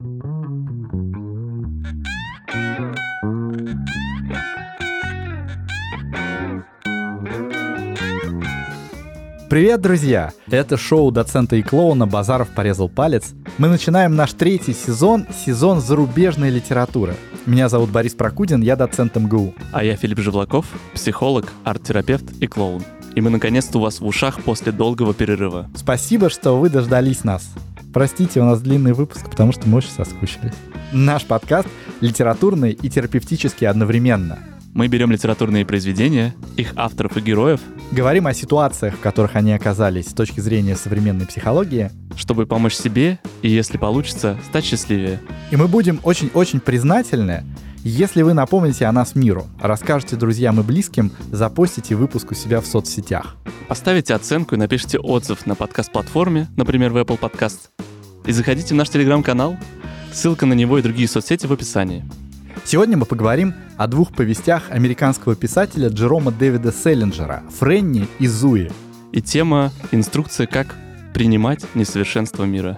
Привет, друзья! Это шоу доцента и клоуна «Базаров порезал палец». Мы начинаем наш третий сезон зарубежной литературы. Меня зовут Борис Прокудин, я доцент МГУ. А я Филипп Живлаков, психолог, арт-терапевт и клоун. И мы наконец-то у вас в ушах после долгого перерыва. Спасибо, что вы дождались нас. Простите, у нас длинный выпуск, потому что мы очень соскучились. Наш подкаст литературный и терапевтический одновременно. Мы берем литературные произведения, их авторов и героев, говорим о ситуациях, в которых они оказались с точки зрения современной психологии, чтобы помочь себе и, если получится, стать счастливее. И мы будем очень-очень признательны, если вы напомните о нас миру, расскажете друзьям и близким, запостите выпуск у себя в соцсетях. Поставите оценку и напишите отзыв на подкаст-платформе, например, в Apple Podcast. И заходите в наш телеграм-канал, ссылка на него и другие соцсети в описании. Сегодня мы поговорим о двух повестях американского писателя Джерома Дэвида Селлинджера «Фрэнни» и «Зуи». И тема «Инструкция, как принимать несовершенство мира».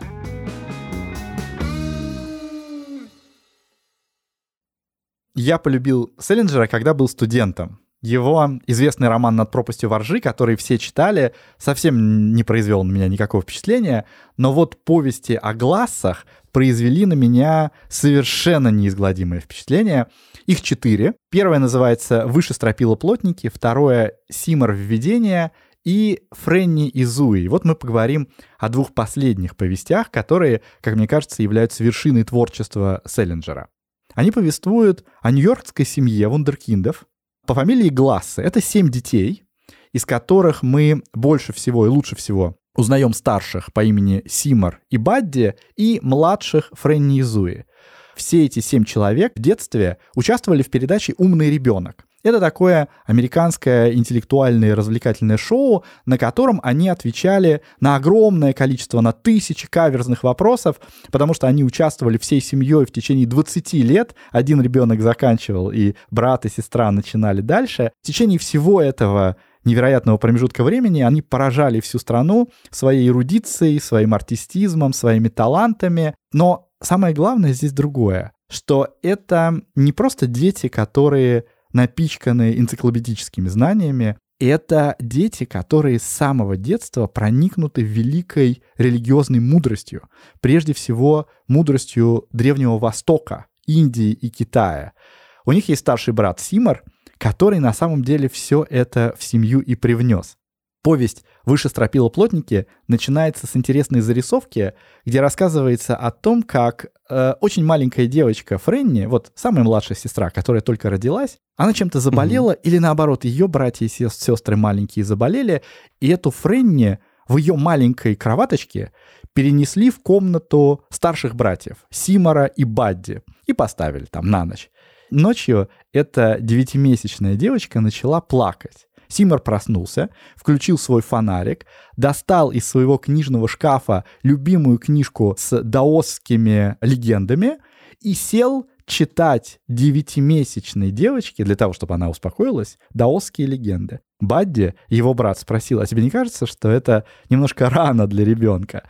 Я полюбил Селлинджера, когда был студентом. Его известный роман «Над пропастью во ржи», который все читали, совсем не произвел на меня никакого впечатления, но вот повести о глассах произвели на меня совершенно неизгладимое впечатление. Их 4. Первое называется «Выше стропила плотники», второе «Симор введение» и «Фрэнни и Зуи». Вот мы поговорим о двух последних повестях, которые, как мне кажется, являются вершиной творчества Селлинджера. Они повествуют о нью-йоркской семье вундеркиндов по фамилии Глассы. Это 7 детей, из которых мы больше всего и лучше всего узнаем старших по имени Симор и Бадди и младших Фрэнни и Зуи. Все эти 7 человек в детстве участвовали в передаче «Умный ребенок». Это такое американское интеллектуальное и развлекательное шоу, на котором они отвечали на огромное количество, на тысячи каверзных вопросов, потому что они участвовали всей семьей в течение 20 лет. Один ребенок заканчивал, и брат и сестра начинали дальше. В течение всего этого невероятного промежутка времени они поражали всю страну своей эрудицией, своим артистизмом, своими талантами. Но самое главное здесь другое, что это не просто дети, которые напичканы энциклопедическими знаниями, это дети, которые с самого детства проникнуты великой религиозной мудростью, прежде всего мудростью Древнего Востока, Индии и Китая. У них есть старший брат Симор, который на самом деле все это в семью и привнес. Повесть «Выше стропила плотники» начинается с интересной зарисовки, где рассказывается о том, как очень маленькая девочка Фрэнни, вот самая младшая сестра, которая только родилась, она чем-то заболела, или наоборот, ее братья и сестры маленькие заболели, и эту Фрэнни в ее маленькой кроваточке перенесли в комнату старших братьев Симора и Бадди и поставили там на ночь. Ночью эта 9-месячная девочка начала плакать. Симор проснулся, включил свой фонарик, достал из своего книжного шкафа любимую книжку с даосскими легендами и сел читать 9-месячной девочке, для того, чтобы она успокоилась, даосские легенды. Бадди, его брат, спросил: а тебе не кажется, что это немножко рано для ребенка?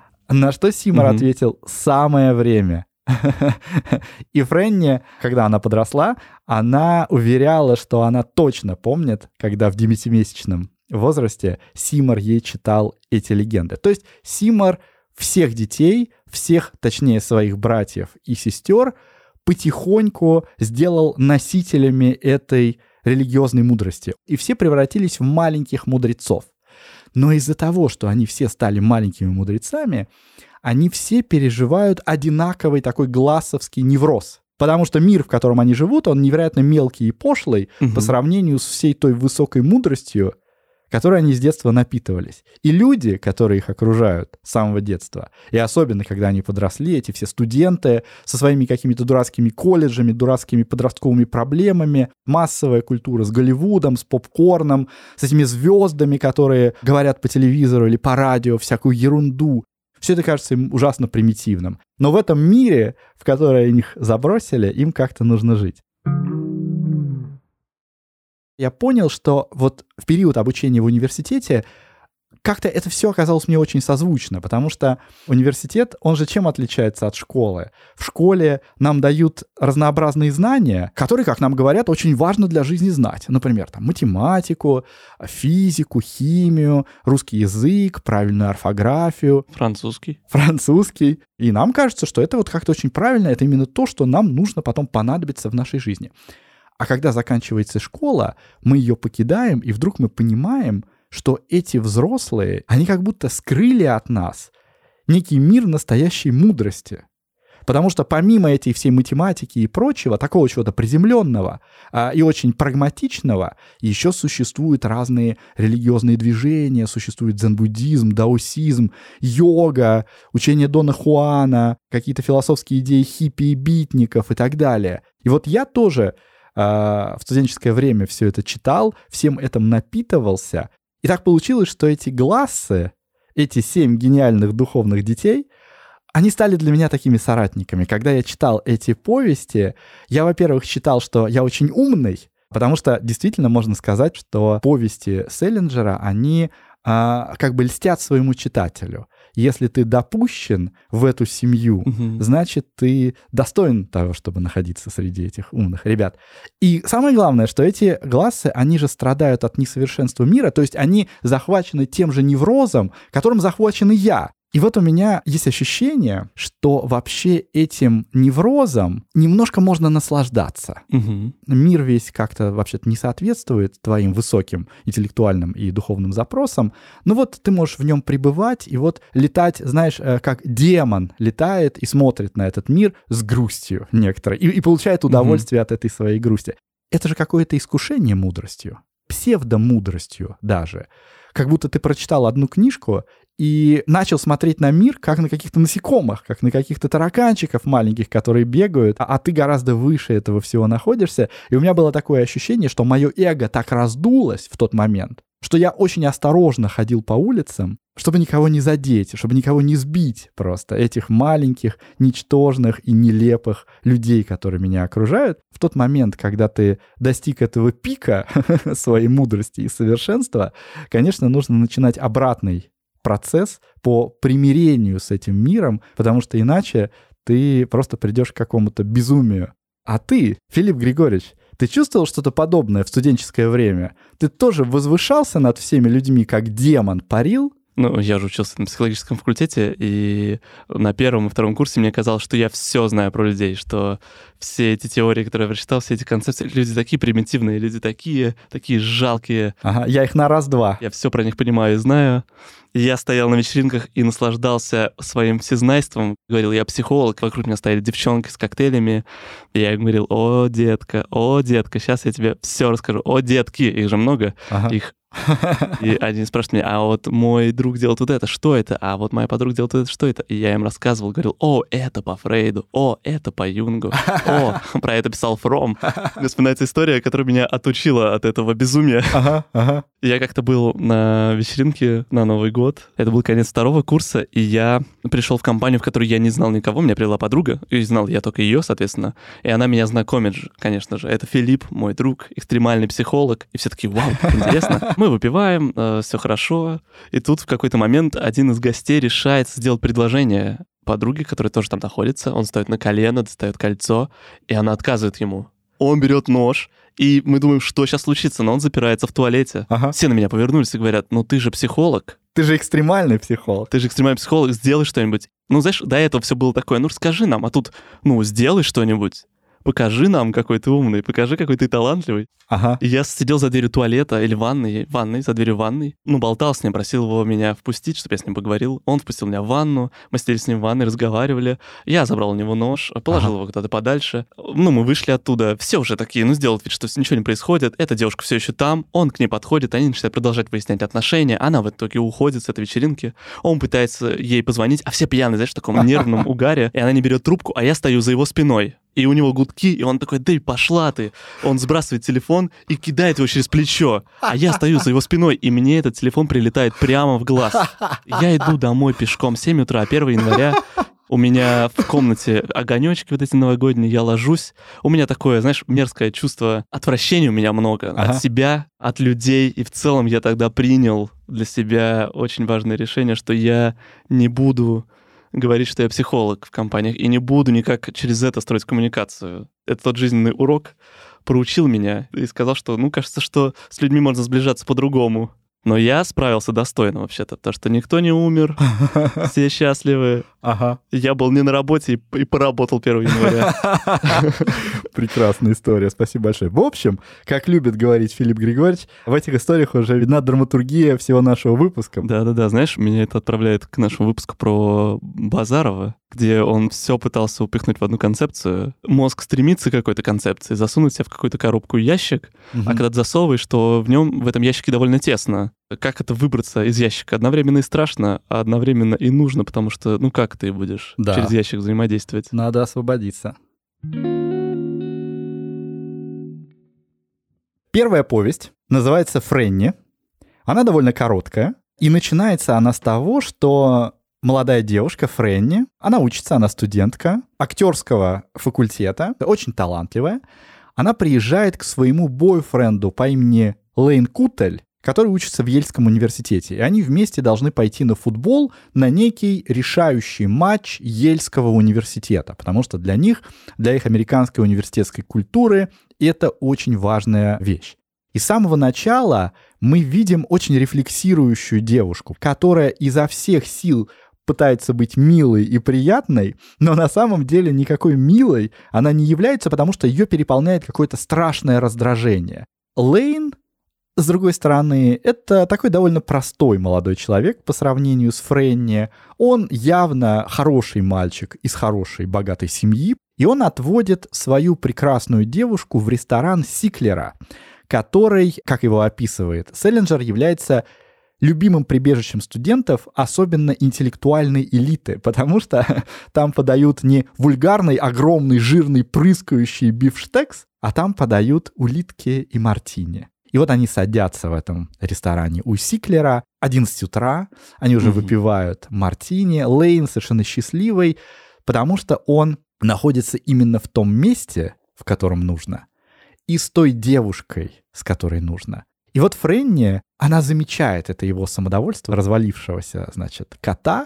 На что Симор ответил: самое время. И Фрэнни, когда она подросла, она уверяла, что она точно помнит, когда в 9-месячном возрасте Симор ей читал эти легенды. То есть Симор всех детей, точнее своих братьев и сестер, потихоньку сделал носителями этой религиозной мудрости. И все превратились в маленьких мудрецов. Но из-за того, что они все стали маленькими мудрецами, они все переживают одинаковый такой глассовский невроз. Потому что мир, в котором они живут, он невероятно мелкий и пошлый по сравнению с всей той высокой мудростью, которой они с детства напитывались. И люди, которые их окружают с самого детства, и особенно, когда они подросли, эти все студенты со своими какими-то дурацкими колледжами, дурацкими подростковыми проблемами, массовая культура с Голливудом, с попкорном, с этими звездами, которые говорят по телевизору или по радио всякую ерунду. Все это кажется им ужасно примитивным. Но в этом мире, в который их забросили, им как-то нужно жить. Я понял, что вот в период обучения в университете как-то это все оказалось мне очень созвучно, потому что университет, он же чем отличается от школы? В школе нам дают разнообразные знания, которые, как нам говорят, очень важно для жизни знать. Например, там, математику, физику, химию, русский язык, правильную орфографию. Французский. И нам кажется, что это вот как-то очень правильно, это именно то, что нам нужно потом понадобиться в нашей жизни. А когда заканчивается школа, мы ее покидаем, и вдруг мы понимаем, что эти взрослые, они как будто скрыли от нас некий мир настоящей мудрости. Потому что помимо этой всей математики и прочего, такого чего-то приземленного и очень прагматичного, еще существуют разные религиозные движения, существует дзен-буддизм, даосизм, йога, учение Дона Хуана, какие-то философские идеи хиппи и битников и так далее. И вот я тоже в студенческое время все это читал, всем этим напитывался. И так получилось, что эти глассы, эти 7 гениальных духовных детей, они стали для меня такими соратниками. Когда я читал эти повести, я, во-первых, считал, что я очень умный, потому что действительно можно сказать, что повести Селлинджера, они как бы льстят своему читателю. Если ты допущен в эту семью, значит, ты достоин того, чтобы находиться среди этих умных ребят. И самое главное, что эти глассы, они же страдают от несовершенства мира, то есть они захвачены тем же неврозом, которым захвачен и я. И вот у меня есть ощущение, что вообще этим неврозом немножко можно наслаждаться. Мир весь как-то вообще-то не соответствует твоим высоким интеллектуальным и духовным запросам, но вот ты можешь в нем пребывать и вот летать, знаешь, как демон летает и смотрит на этот мир с грустью некоторой и получает удовольствие от этой своей грусти. Это же какое-то искушение мудростью, псевдомудростью даже. Как будто ты прочитал одну книжку и начал смотреть на мир как на каких-то насекомых, как на каких-то тараканчиков маленьких, которые бегают, а ты гораздо выше этого всего находишься. И у меня было такое ощущение, что мое эго так раздулось в тот момент, что я очень осторожно ходил по улицам, чтобы никого не задеть, чтобы никого не сбить просто, этих маленьких, ничтожных и нелепых людей, которые меня окружают. В тот момент, когда ты достиг этого пика своей мудрости и совершенства, конечно, нужно начинать обратный процесс по примирению с этим миром, потому что иначе ты просто придешь к какому-то безумию. А ты, Филипп Григорьевич, ты чувствовал что-то подобное в студенческое время? Ты тоже возвышался над всеми людьми, как демон, парил? Ну, я же учился на психологическом факультете, и на первом и втором курсе мне казалось, что я все знаю про людей, что все эти теории, которые я прочитал, все эти концепции, люди такие примитивные, люди такие жалкие. Ага, я их на раз-два. Я все про них понимаю и знаю. Я стоял на вечеринках и наслаждался своим всезнайством. Говорил, я психолог, вокруг меня стояли девчонки с коктейлями. И я им говорил, о, детка, сейчас я тебе все расскажу. О, детки, их же много, их. И один спрашивает меня, а вот мой друг делает вот это, что это? А вот моя подруга делает вот это, что это? И я им рассказывал, говорил, о, это по Фрейду, о, это по Юнгу, о, про это писал Фром. Мне вспоминается история, которая меня отучила от этого безумия. Я как-то был на вечеринке на Новый год, это был конец второго курса, и я пришел в компанию, в которой я не знал никого, меня привела подруга, и знал я только ее, соответственно, и она меня знакомит, конечно же. Это Филипп, мой друг, экстремальный психолог, и все такие, вау, интересно. Мы выпиваем, все хорошо, и тут в какой-то момент один из гостей решает сделать предложение подруге, которая тоже там находится, он ставит на колено, достает кольцо, и она отказывает ему. Он берет нож, и мы думаем, что сейчас случится, но он запирается в туалете. Все на меня повернулись и говорят, ну ты же психолог. Ты же экстремальный психолог. Сделай что-нибудь. Ну, знаешь, до этого все было такое, ну расскажи нам, а тут, ну, сделай что-нибудь. Покажи нам, какой ты умный, покажи, какой ты талантливый. И я сидел за дверью туалета или ванной, за дверью ванной. Ну, болтал с ним, просил его меня впустить, чтобы я с ним поговорил. Он впустил меня в ванну, мы сидели с ним в ванной, разговаривали. Я забрал у него нож, положил его куда-то подальше. Ну, мы вышли оттуда, все уже такие, ну, сделают вид, что ничего не происходит. Эта девушка все еще там, он к ней подходит, они начинают продолжать выяснять отношения. Она в итоге уходит с этой вечеринки. Он пытается ей позвонить, а все пьяные, знаешь, в таком нервном угаре. И она не берет трубку, а я стою за его спиной. И у него гудки, и он такой, да и пошла ты. Он сбрасывает телефон и кидает его через плечо. А я стою за его спиной, и мне этот телефон прилетает прямо в глаз. Я иду домой пешком, 7 утра, 1 января. У меня в комнате огонечки вот эти новогодние, я ложусь. У меня такое, знаешь, мерзкое чувство отвращения у меня много от себя, от людей. И в целом я тогда принял для себя очень важное решение, что я не буду говорить, что я психолог в компаниях, и не буду никак через это строить коммуникацию. Это тот жизненный урок проучил меня и сказал, что, кажется, что с людьми можно сближаться по-другому. Но я справился достойно вообще-то, потому что никто не умер, все счастливы. Я был не на работе и поработал 1 января. Прекрасная история, спасибо большое. В общем, как любит говорить Филипп Григорьевич, в этих историях уже видна драматургия всего нашего выпуска. Да-да-да, знаешь, меня это отправляет к нашему выпуску про Базарова, где он все пытался упихнуть в одну концепцию. Мозг стремится к какой-то концепции, засунуть себя в какую-то коробку ящик, а когда ты засовываешь, то в этом ящике довольно тесно. Как это выбраться из ящика? Одновременно и страшно, а одновременно и нужно, потому что, как ты будешь через ящик взаимодействовать? Надо освободиться. Первая повесть называется «Фрэнни». Она довольно короткая, и начинается она с того, что молодая девушка Фрэнни, она учится, она студентка актерского факультета, очень талантливая. Она приезжает к своему бойфренду по имени Лейн Кутель, который учится в Ельском университете. И они вместе должны пойти на футбол на некий решающий матч Ельского университета, потому что для них, для их американской университетской культуры, это очень важная вещь. И с самого начала мы видим очень рефлексирующую девушку, которая изо всех сил пытается быть милой и приятной, но на самом деле никакой милой она не является, потому что ее переполняет какое-то страшное раздражение. Лейн, с другой стороны, это такой довольно простой молодой человек по сравнению с Фрэнни. Он явно хороший мальчик из хорошей, богатой семьи, и он отводит свою прекрасную девушку в ресторан Сиклера, который, как его описывает Селлинджер, является любимым прибежищем студентов, особенно интеллектуальной элиты, потому что там подают не вульгарный, огромный, жирный, прыскающий бифштекс, а там подают улитки и мартини. И вот они садятся в этом ресторане у Сиклера, 11 утра, они уже выпивают мартини, Лейн совершенно счастливый, потому что он находится именно в том месте, в котором нужно, и с той девушкой, с которой нужно. И вот Фрэнни, она замечает это его самодовольство, развалившегося, кота,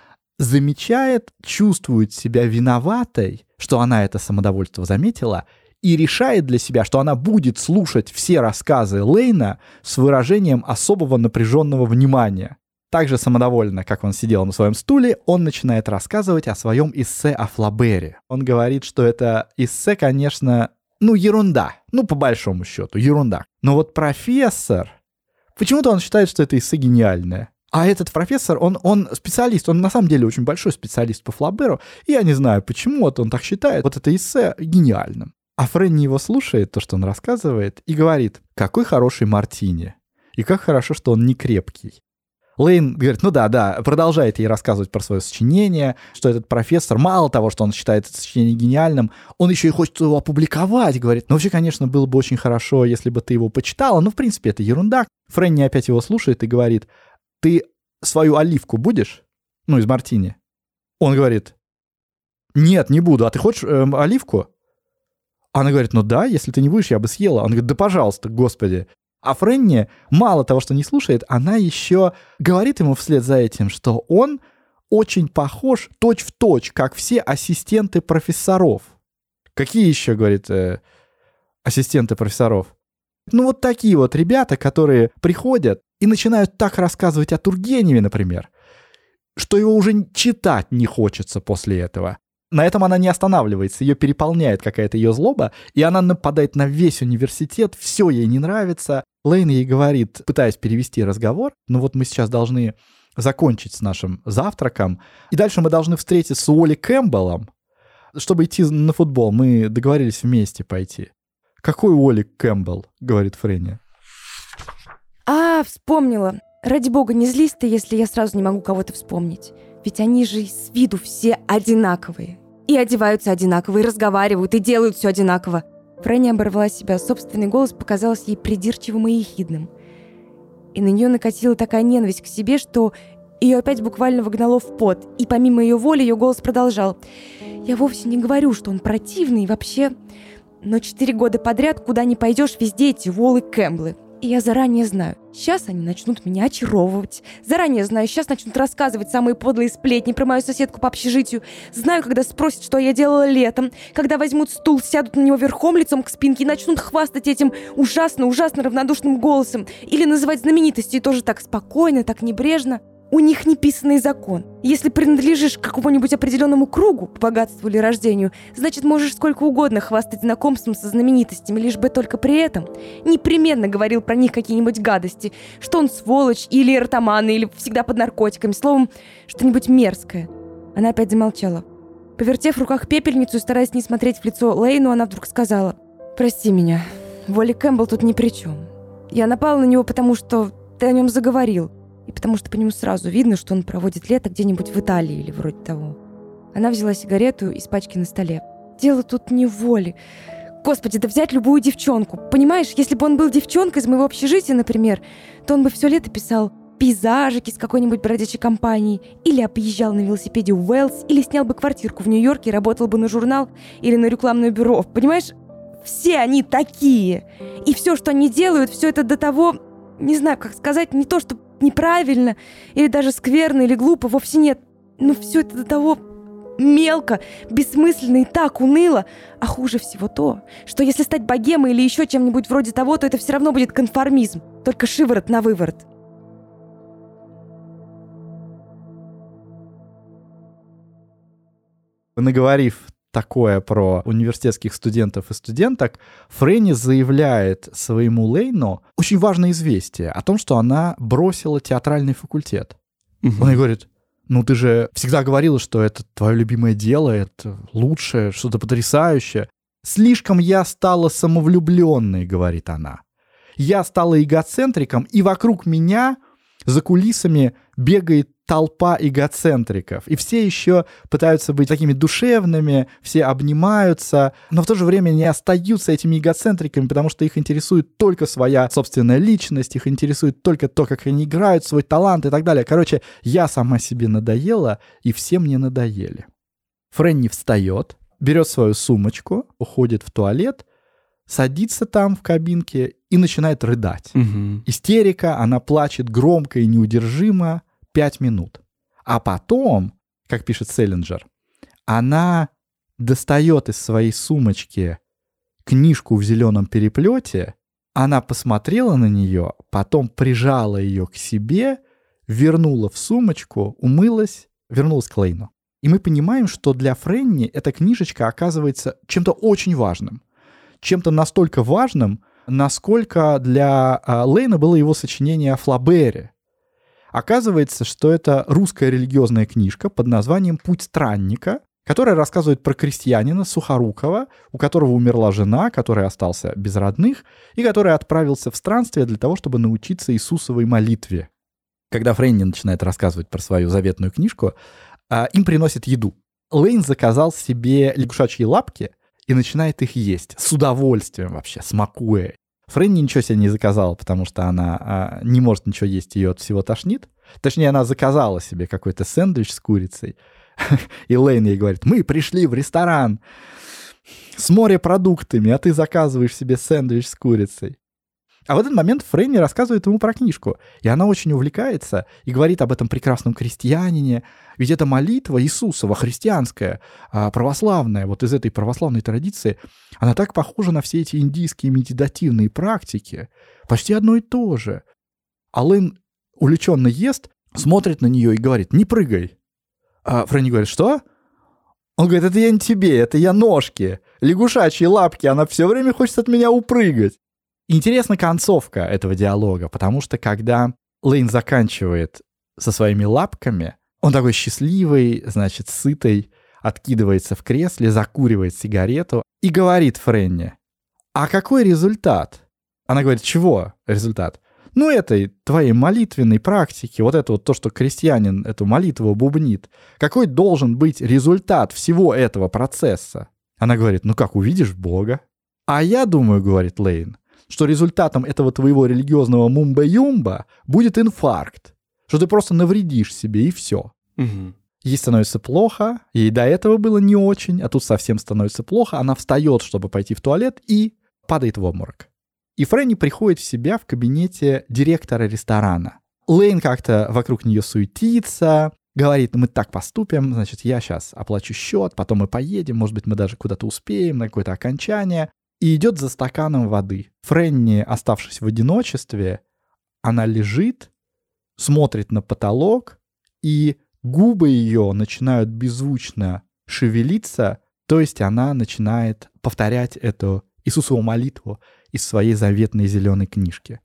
замечает, чувствует себя виноватой, что она это самодовольство заметила, и решает для себя, что она будет слушать все рассказы Лейна с выражением особого напряженного внимания. Так же самодовольно, как он сидел на своем стуле, он начинает рассказывать о своем эссе о Флабере. Он говорит, что это эссе, конечно, ерунда. По большому счету, ерунда. Но вот профессор, почему-то он считает, что это эссе гениальное. А этот профессор, он специалист, он на самом деле очень большой специалист по Флаберу, и я не знаю, почему он так считает, вот это эссе гениальным. А Фрэнни его слушает, то, что он рассказывает, и говорит, какой хороший мартини, и как хорошо, что он не крепкий. Лейн говорит, продолжает ей рассказывать про свое сочинение, что этот профессор, мало того, что он считает это сочинение гениальным, он еще и хочет его опубликовать, говорит. Вообще, конечно, было бы очень хорошо, если бы ты его почитала, в принципе, это ерунда. Фрэнни опять его слушает и говорит, ты свою оливку будешь? Из мартини. Он говорит, нет, не буду, а ты хочешь оливку? Она говорит, да, если ты не будешь, я бы съела. Он говорит, да пожалуйста, господи. А Фрэнни, мало того, что не слушает, она еще говорит ему вслед за этим, что он очень похож точь-в-точь, как все ассистенты профессоров. Какие еще, говорит, ассистенты профессоров? Вот такие вот ребята, которые приходят и начинают так рассказывать о Тургеневе, например, что его уже читать не хочется после этого. На этом она не останавливается, ее переполняет какая-то ее злоба, и она нападает на весь университет, все ей не нравится. Лейн ей говорит, пытаясь перевести разговор, мы сейчас должны закончить с нашим завтраком, и дальше мы должны встретиться с Уолли Кэмпбеллом, чтобы идти на футбол. Мы договорились вместе пойти. «Какой Уолли Кэмпбелл?» — говорит Фрэнни. Вспомнила. Ради бога, не злись ты, если я сразу не могу кого-то вспомнить. Ведь они же с виду все одинаковые. И одеваются одинаково, и разговаривают, и делают все одинаково. Фрэнни оборвала себя. Собственный голос показался ей придирчивым и ехидным. И на нее накатила такая ненависть к себе, что Ее опять буквально выгнало в пот, и помимо ее воли ее голос продолжал. «Я вовсе не говорю, что он противный вообще, но 4 года подряд, куда ни пойдешь, везде эти Уолл и Кэмпбеллы. И я заранее знаю, сейчас они начнут меня очаровывать. Заранее знаю, сейчас начнут рассказывать самые подлые сплетни про мою соседку по общежитию. Знаю, когда спросят, что я делала летом. Когда возьмут стул, сядут на него верхом, лицом к спинке и начнут хвастать этим ужасно равнодушным голосом. Или называть знаменитостей тоже так спокойно, так небрежно. У них неписанный закон. Если принадлежишь к какому-нибудь определенному кругу, по богатству или рождению, значит, можешь сколько угодно хвастать знакомством со знаменитостями, лишь бы только при этом непременно говорил про них какие-нибудь гадости, что он сволочь, или эротоман, или всегда под наркотиками, словом, что-нибудь мерзкое. Она опять замолчала. Повертев в руках пепельницу и стараясь не смотреть в лицо Лейну, она вдруг сказала: «Прости меня, Уолли Кэмпбелл тут ни при чем. Я напала на него, потому что ты о нем заговорил. И потому что по нему сразу видно, что он проводит лето где-нибудь в Италии или вроде того». Она взяла сигарету из пачки на столе. «Дело тут не в Воле. Господи, да взять любую девчонку. Понимаешь, если бы он был девчонкой из моего общежития, например, то он бы все лето писал пейзажики с какой-нибудь бродячей компанией, или объезжал на велосипеде в Уэльс, или снял бы квартирку в Нью-Йорке и работал бы на журнал или на рекламное бюро. Понимаешь, все они такие. И все, что они делают, все это до того, не знаю, как сказать, не то, что неправильно, или даже скверно, или глупо, вовсе нет. Но все это до того мелко, бессмысленно и так уныло. А хуже всего то, что если стать богемой или еще чем-нибудь вроде того, то это все равно будет конформизм, только шиворот на выворот». Наговорив такое про университетских студентов и студенток, Фрэнни заявляет своему Лейну очень важное известие о том, что она бросила театральный факультет. Он ей говорит: «Ну ты же всегда говорила, что это твое любимое дело, это лучшее, что-то потрясающее». «Слишком я стала самовлюбленной», — говорит она. «Я стала эгоцентриком, и вокруг меня за кулисами бегает толпа эгоцентриков, и все еще пытаются быть такими душевными, все обнимаются, но в то же время не остаются этими эгоцентриками, потому что их интересует только своя собственная личность, их интересует только то, как они играют, свой талант и так далее. Короче, я сама себе надоела, и все мне надоели». Фрэнни встает, берет свою сумочку, уходит в туалет, садится там в кабинке и начинает рыдать. Истерика, она плачет громко и неудержимо 5 минут. А потом, как пишет Селлинджер, она достает из своей сумочки книжку в зеленом переплете, она посмотрела на нее, потом прижала ее к себе, вернула в сумочку, умылась, вернулась к Лейну. И мы понимаем, что для Фрэнни эта книжечка оказывается чем-то очень важным. Чем-то настолько важным, насколько для Лейна было его сочинение о Флабере. Оказывается, что это русская религиозная книжка под названием «Путь странника», которая рассказывает про крестьянина Сухорукова, у которого умерла жена, который остался без родных, и который отправился в странствие для того, чтобы научиться Иисусовой молитве. Когда Фрэнни начинает рассказывать про свою заветную книжку, им приносят еду. Лейн заказал себе лягушачьи лапки и начинает их есть с удовольствием вообще, смакуя. Фрэнни ничего себе не заказала, потому что она не может ничего есть, ее от всего тошнит. Точнее, она заказала себе какой-то сэндвич с курицей. И Лейн ей говорит: «Мы пришли в ресторан с морепродуктами, а ты заказываешь себе сэндвич с курицей». А в этот момент Фрэнни рассказывает ему про книжку, и она очень увлекается и говорит об этом прекрасном крестьянине. Ведь это молитва Иисусова, христианская, православная, вот из этой православной традиции, она так похожа на все эти индийские медитативные практики. Почти одно и то же. А Лейн увлеченно ест, смотрит на нее и говорит: «Не прыгай». А Фрэнни говорит: «Что?» Он говорит: «Это я не тебе, это я ножки, лягушачьи лапки, она все время хочет от меня упрыгать». Интересна концовка этого диалога, потому что когда Лейн заканчивает со своими лапками, он такой счастливый, значит, сытый, откидывается в кресле, закуривает сигарету и говорит Фрэнни: «А какой результат?» Она говорит: «Чего результат?» «Ну, этой твоей молитвенной практики, вот это вот то, что крестьянин эту молитву бубнит. Какой должен быть результат всего этого процесса?» Она говорит: «Ну как, увидишь Бога». «А я думаю, — говорит Лейн, — что результатом этого твоего религиозного мумба-юмба будет инфаркт, что ты просто навредишь себе, и все. Мгм. Ей становится плохо, ей до этого было не очень, а тут совсем становится плохо. Она встает, чтобы пойти в туалет, и падает в обморок. И Фрэнни приходит в себя в кабинете директора ресторана. Лейн как-то вокруг нее суетится, говорит: мы так поступим, значит, я сейчас оплачу счет, потом мы поедем, может быть, мы даже куда-то успеем на какое-то окончание. И идет за стаканом воды. Фрэнни, оставшись в одиночестве, она лежит, смотрит на потолок, и губы ее начинают беззвучно шевелиться, то есть она начинает повторять эту Иисусову молитву из своей заветной зеленой книжки.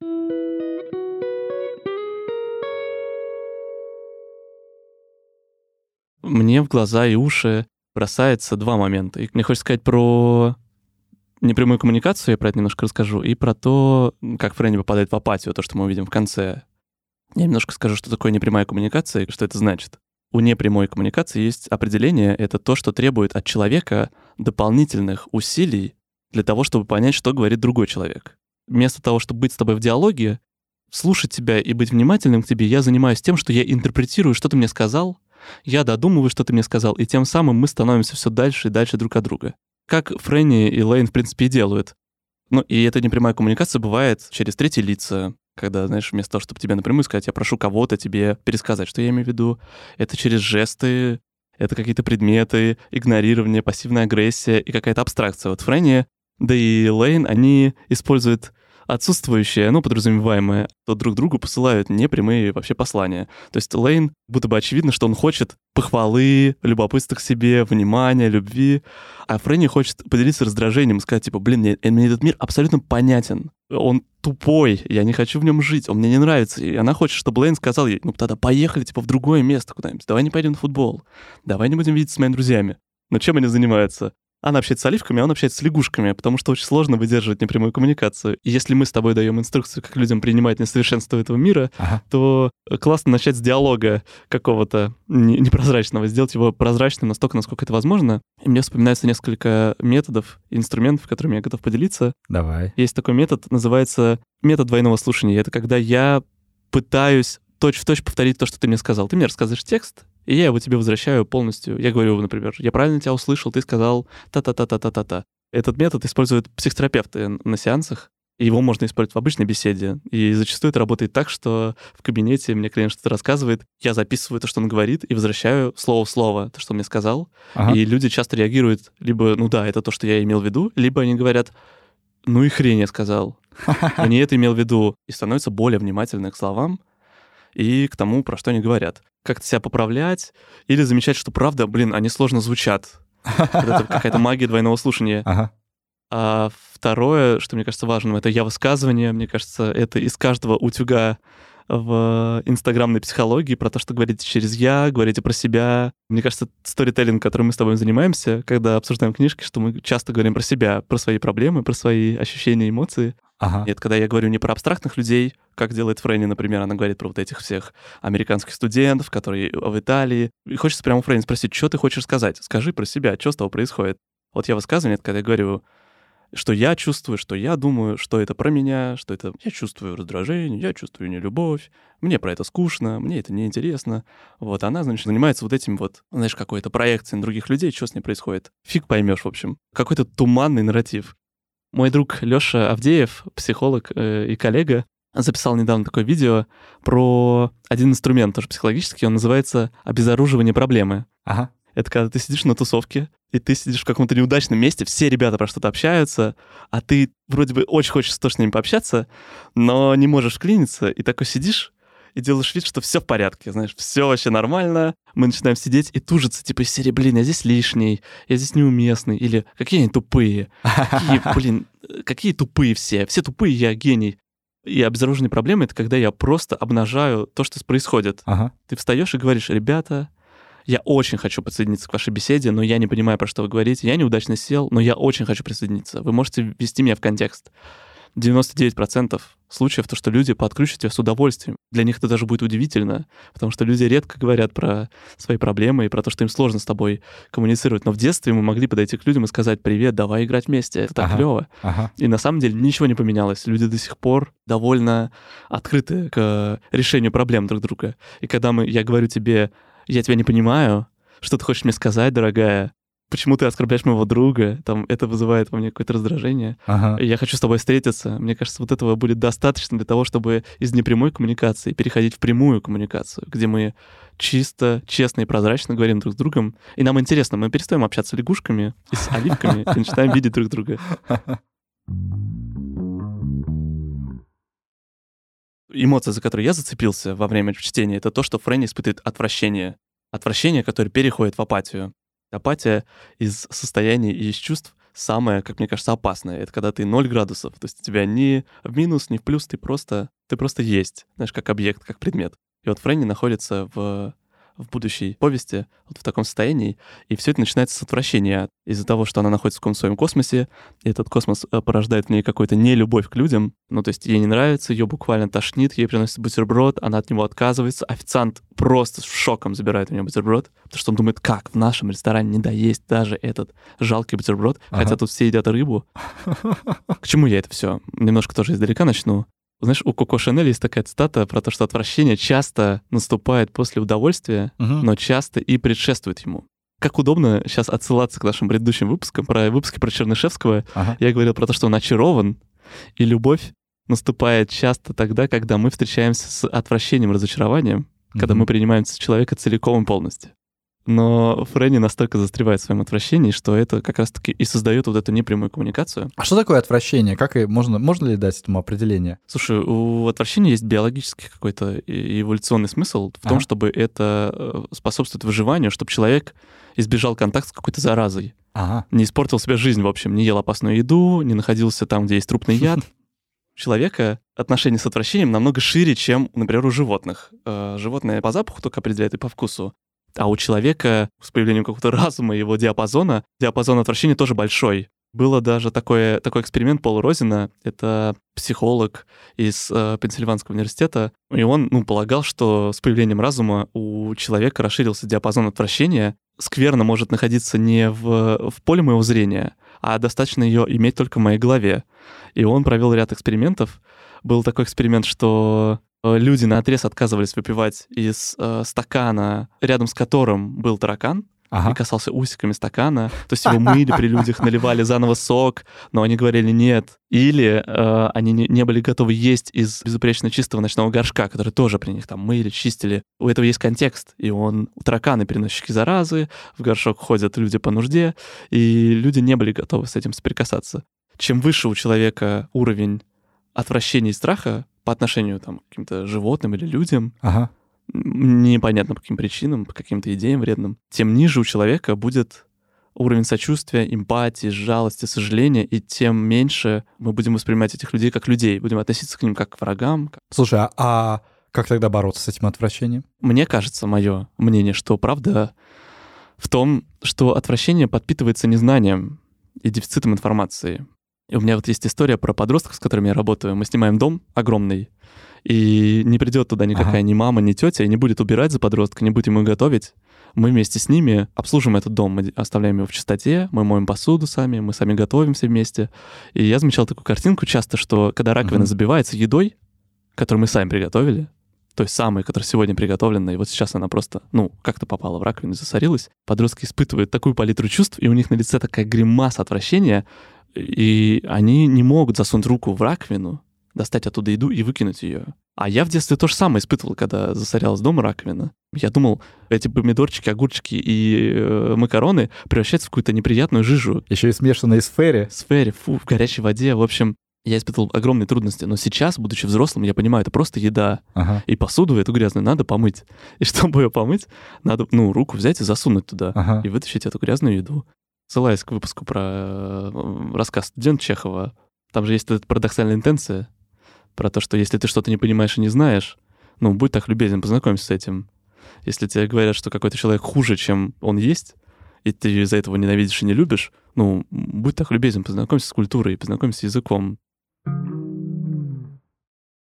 Мне в глаза и уши бросается два момента. И мне хочется сказать про непрямую коммуникацию, я про это немножко расскажу, и про то, как Фрэнни попадает в апатию, то, что мы увидим в конце. Я немножко скажу, что такое непрямая коммуникация и что это значит. У непрямой коммуникации есть определение, это то, что требует от человека дополнительных усилий для того, чтобы понять, что говорит другой человек. Вместо того, чтобы быть с тобой в диалоге, слушать тебя и быть внимательным к тебе, я занимаюсь тем, что я интерпретирую, что ты мне сказал, я додумываю, что ты мне сказал, и тем самым мы становимся все дальше и дальше друг от друга. Как Фрэнни и Лейн, в принципе, и делают. Ну, и эта непрямая коммуникация бывает через третьи лица, когда, знаешь, вместо того, чтобы тебе напрямую сказать, я прошу кого-то тебе пересказать, что я имею в виду, это через жесты, это какие-то предметы, игнорирование, пассивная агрессия и какая-то абстракция. Вот Фрэнни, да и Лейн, они используют отсутствующее, ну, подразумеваемое, то друг другу посылают непрямые вообще послания. То есть Лейн, будто бы очевидно, что он хочет похвалы, любопытства к себе, внимания, любви, а Фрэнни хочет поделиться раздражением и сказать, типа, блин, мне этот мир абсолютно понятен. Он тупой, я не хочу в нем жить, он мне не нравится. И она хочет, чтобы Лейн сказал ей, ну, тогда поехали, типа, в другое место куда-нибудь, давай не пойдем на футбол, давай не будем видеться с моими друзьями. Но чем они занимаются? Она общается с оливками, а он общается с лягушками, потому что очень сложно выдерживать непрямую коммуникацию. И если мы с тобой даем инструкцию, как людям принимать несовершенство этого мира, то классно начать с диалога какого-то непрозрачного, сделать его прозрачным настолько, насколько это возможно. И мне вспоминается несколько методов, инструментов, которыми я готов поделиться. Давай. Есть такой метод, называется метод двойного слушания. Это когда я пытаюсь точь-в-точь повторить то, что ты мне сказал. Ты мне рассказываешь текст, и я его тебе возвращаю полностью. Я говорю, например, я правильно тебя услышал, ты сказал та-та-та-та-та-та-та. Этот метод используют психотерапевты на сеансах, и его можно использовать в обычной беседе. И зачастую это работает так, что в кабинете мне клиент что-то рассказывает, я записываю то, что он говорит, и возвращаю слово в слово то, что он мне сказал. И люди часто реагируют либо, ну да, это то, что я имел в виду, либо они говорят, ну и хрень я сказал. Я не это имел в виду. И становятся более внимательны к словам и к тому, про что они говорят. Как-то себя поправлять или замечать, что правда, блин, они сложно звучат. Вот это какая-то магия двойного слушания. А второе, что мне кажется важным, это я-высказывание. Мне кажется, это из каждого утюга в инстаграмной психологии про то, что говорите через «я», говорите про себя. Мне кажется, сторителлинг, которым мы с тобой занимаемся, когда обсуждаем книжки, что мы часто говорим про себя, про свои проблемы, про свои ощущения, эмоции. И это когда я говорю не про абстрактных людей, как делает Фрэнни, например, она говорит про вот этих всех американских студентов, которые в Италии. И хочется прямо у Фрэнни спросить, что ты хочешь сказать? Скажи про себя, что с тобой происходит? Вот я высказывание, это когда я говорю, что я чувствую, что я думаю, что это про меня, что это я чувствую раздражение, я чувствую нелюбовь, мне про это скучно, мне это неинтересно. Вот она, значит, занимается вот этим вот, знаешь, какой-то проекцией на других людей, что с ней происходит. Фиг поймешь, в общем. Какой-то туманный нарратив. Мой друг Лёша Авдеев, психолог и коллега, записал недавно такое видео про один инструмент, тоже психологический, он называется «обезоруживание проблемы». Это когда ты сидишь на тусовке, и ты сидишь в каком-то неудачном месте, все ребята про что-то общаются, а ты вроде бы очень хочешь тоже с ними пообщаться, но не можешь вклиниться, и такой сидишь и делаешь вид, что все в порядке, знаешь, все вообще нормально. Мы начинаем сидеть и тужиться, типа из серии, блин, я здесь лишний, я здесь неуместный, или какие они тупые, какие тупые все тупые, я гений. И обезоруженные проблемы — это когда я просто обнажаю то, что происходит. Ты встаешь и говоришь, ребята, я очень хочу подсоединиться к вашей беседе, но я не понимаю, про что вы говорите. Я неудачно сел, но я очень хочу присоединиться. Вы можете ввести меня в контекст. 99% случаев то, что люди подключат тебя с удовольствием. Для них это даже будет удивительно, потому что люди редко говорят про свои проблемы и про то, что им сложно с тобой коммуницировать. Но в детстве мы могли подойти к людям и сказать: «Привет, давай играть вместе, это так клево». И на самом деле ничего не поменялось. Люди до сих пор довольно открыты к решению проблем друг друга. И когда я говорю тебе: «Я тебя не понимаю, что ты хочешь мне сказать, дорогая? Почему ты оскорбляешь моего друга?» Там это вызывает во мне какое-то раздражение. Я хочу с тобой встретиться. Мне кажется, вот этого будет достаточно для того, чтобы из непрямой коммуникации переходить в прямую коммуникацию, где мы чисто, честно и прозрачно говорим друг с другом. И нам интересно, мы перестаем общаться лягушками и с оливками и начинаем видеть друг друга. Эмоция, за которую я зацепился во время чтения, это то, что Фрэнни испытывает отвращение. Отвращение, которое переходит в апатию. Апатия из состояний и из чувств самое, как мне кажется, опасное. Это когда ты 0 градусов, то есть у тебя ни в минус, ни в плюс, ты просто есть, знаешь, как объект, как предмет. И вот Фрэнни находится в будущей повести вот в таком состоянии, и все это начинается с отвращения из-за того, что она находится в каком-то своем космосе, и этот космос порождает в ней какую-то нелюбовь к людям. Ну, то есть ей не нравится, ее буквально тошнит, ей приносит бутерброд, она от него отказывается, официант просто с шоком забирает у нее бутерброд, потому что он думает: как в нашем ресторане не доесть даже этот жалкий бутерброд, хотя тут все едят рыбу. К чему я это все? Немножко тоже издалека начну. Знаешь, у Коко Шанель есть такая цитата про то, что отвращение часто наступает после удовольствия, но часто и предшествует ему. Как удобно сейчас отсылаться к нашим предыдущим выпускам. Выпуске про Чернышевского я говорил про то, что он очарован, и любовь наступает часто тогда, когда мы встречаемся с отвращением, разочарованием, когда мы принимаем человека целиком и полностью. Но Фрэнни настолько застревает в своем отвращении, что это как раз-таки и создает вот эту непрямую коммуникацию. А что такое отвращение? Можно ли дать этому определение? Слушай, у отвращения есть биологический какой-то эволюционный смысл в том, чтобы это способствует выживанию, чтобы человек избежал контакта с какой-то заразой. Не испортил себе жизнь, в общем, не ел опасную еду, не находился там, где есть трупный яд. У человека отношение с отвращением намного шире, чем, например, у животных. Животные по запаху только определяют и по вкусу. А у человека с появлением какого-то разума и его диапазон отвращения тоже большой. Было даже такой эксперимент Пола Розина, это психолог из Пенсильванского университета, и он полагал, что с появлением разума у человека расширился диапазон отвращения. Скверно может находиться не в поле моего зрения, а достаточно ее иметь только в моей голове. И он провел ряд экспериментов. Был такой эксперимент, что люди наотрез отказывались выпивать из стакана, рядом с которым был таракан, и касался усиками стакана. То есть его мыли при людях, наливали заново сок, но они говорили нет. Или они не были готовы есть из безупречно чистого ночного горшка, который тоже при них там мыли, чистили. У этого есть контекст. И у тараканы переносчики заразы, в горшок ходят люди по нужде, и люди не были готовы с этим соприкасаться. Чем выше у человека уровень отвращения и страха по отношению там, к каким-то животным или людям, непонятно по каким причинам, по каким-то идеям вредным, тем ниже у человека будет уровень сочувствия, эмпатии, жалости, сожаления, и тем меньше мы будем воспринимать этих людей как людей, будем относиться к ним как к врагам. Слушай, а как тогда бороться с этим отвращением? Мне кажется, мое мнение, что правда в том, что отвращение подпитывается незнанием и дефицитом информации. И у меня вот есть история про подростков, с которыми я работаю. Мы снимаем дом огромный, и не придет туда никакая ни мама, ни тетя, и не будет убирать за подростка, не будет ему готовить. Мы вместе с ними обслуживаем этот дом, мы оставляем его в чистоте, мы моем посуду сами, мы сами готовим все вместе. И я замечал такую картинку часто, что когда раковина забивается едой, которую мы сами приготовили, той самой, которая сегодня приготовлена, и вот сейчас она просто, как-то попала в раковину, засорилась, подростки испытывают такую палитру чувств, и у них на лице такая гримаса отвращения, и они не могут засунуть руку в раковину, достать оттуда еду и выкинуть ее. А я в детстве то же самое испытывал, когда засорялась дома раковина. Я думал, эти помидорчики, огурчики и макароны превращаются в какую-то неприятную жижу. Еще и смешанные с ферри. С ферри, в горячей воде. В общем, я испытывал огромные трудности. Но сейчас, будучи взрослым, я понимаю, это просто еда. И посуду эту грязную надо помыть. И чтобы ее помыть, надо, руку взять и засунуть туда. И вытащить эту грязную еду. Ссылаясь к выпуску про рассказ «Студент» Чехова, там же есть эта парадоксальная интенция про то, что если ты что-то не понимаешь и не знаешь, будь так любезен, познакомься с этим. Если тебе говорят, что какой-то человек хуже, чем он есть, и ты из-за этого ненавидишь и не любишь, будь так любезен, познакомься с культурой, познакомься с языком.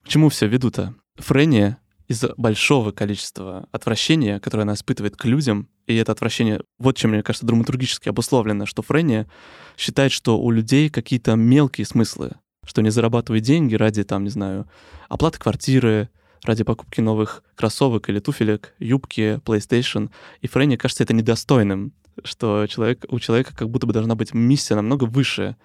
К чему все веду-то? Фрейни из-за большого количества отвращения, которое она испытывает к людям, и это отвращение, вот чем, мне кажется, драматургически обусловлено, что Фрейни считает, что у людей какие-то мелкие смыслы, что они зарабатывают деньги ради, там, не знаю, оплаты квартиры, ради покупки новых кроссовок или туфелек, юбки, PlayStation. И Фрейни кажется это недостойным, что у человека как будто бы должна быть миссия намного выше.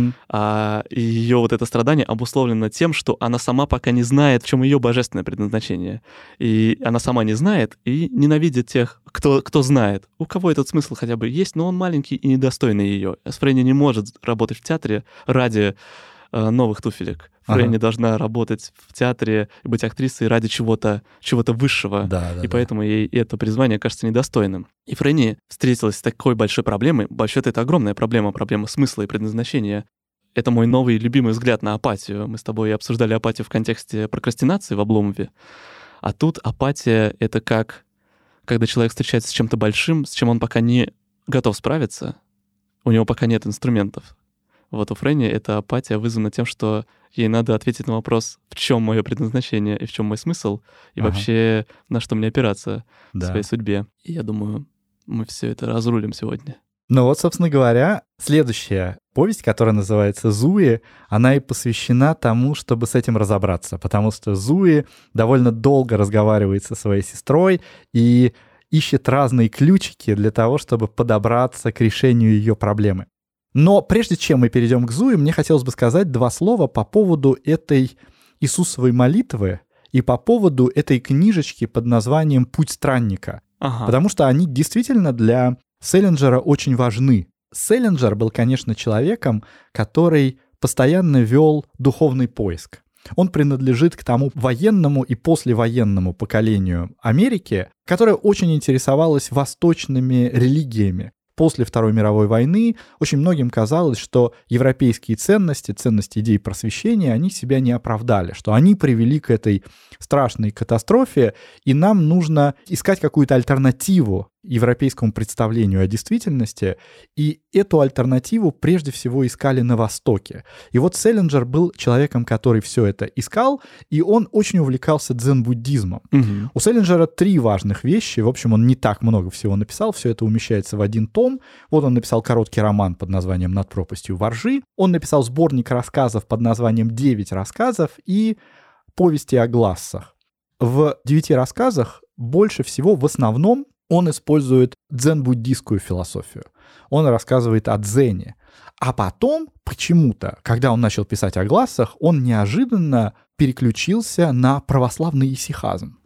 А ее вот это страдание обусловлено тем, что она сама пока не знает, в чем ее божественное предназначение. И она сама не знает и ненавидит тех, кто знает. У кого этот смысл хотя бы есть, но он маленький и недостойный ее. Фрейни не может работать в театре ради новых туфелек. Фрейни должна работать в театре и быть актрисой ради чего-то высшего. И поэтому ей это призвание кажется недостойным. И Фрейни встретилась с такой большой проблемой. Вообще-то это огромная проблема смысла и предназначения. Это мой новый любимый взгляд на апатию. Мы с тобой обсуждали апатию в контексте прокрастинации в Обломове. А тут апатия — это как, когда человек встречается с чем-то большим, с чем он пока не готов справиться, у него пока нет инструментов. Вот у Фрейни эта апатия вызвана тем, что ей надо ответить на вопрос, в чем мое предназначение и в чем мой смысл, и вообще на что мне опираться в своей судьбе. И я думаю, мы все это разрулим сегодня. Ну вот, собственно говоря, следующая повесть, которая называется «Зуи», она и посвящена тому, чтобы с этим разобраться, потому что Зуи довольно долго разговаривает со своей сестрой и ищет разные ключики для того, чтобы подобраться к решению ее проблемы. Но прежде чем мы перейдем к Зуи, мне хотелось бы сказать два слова по поводу этой Иисусовой молитвы и по поводу этой книжечки под названием «Путь странника». Потому что они действительно для Селлинджера очень важны. Селлинджер был, конечно, человеком, который постоянно вел духовный поиск. Он принадлежит к тому военному и послевоенному поколению Америки, которое очень интересовалось восточными религиями. После Второй мировой войны очень многим казалось, что европейские ценности, ценности идей просвещения, они себя не оправдали, что они привели к этой страшной катастрофе, и нам нужно искать какую-то альтернативу европейскому представлению о действительности, и эту альтернативу прежде всего искали на Востоке. И вот Селлинджер был человеком, который все это искал, и он очень увлекался дзен-буддизмом. У Селлинджера 3 важных вещи, в общем, он не так много всего написал, все это умещается в один том. Вот он написал короткий роман под названием «Над пропастью воржи», он написал сборник рассказов под названием «9 рассказов» и «Повести о глассах». В 9 рассказах больше всего в основном он использует дзен-буддийскую философию. Он рассказывает о дзене. А потом, почему-то, когда он начал писать о глассах, он неожиданно переключился на православный исихазм.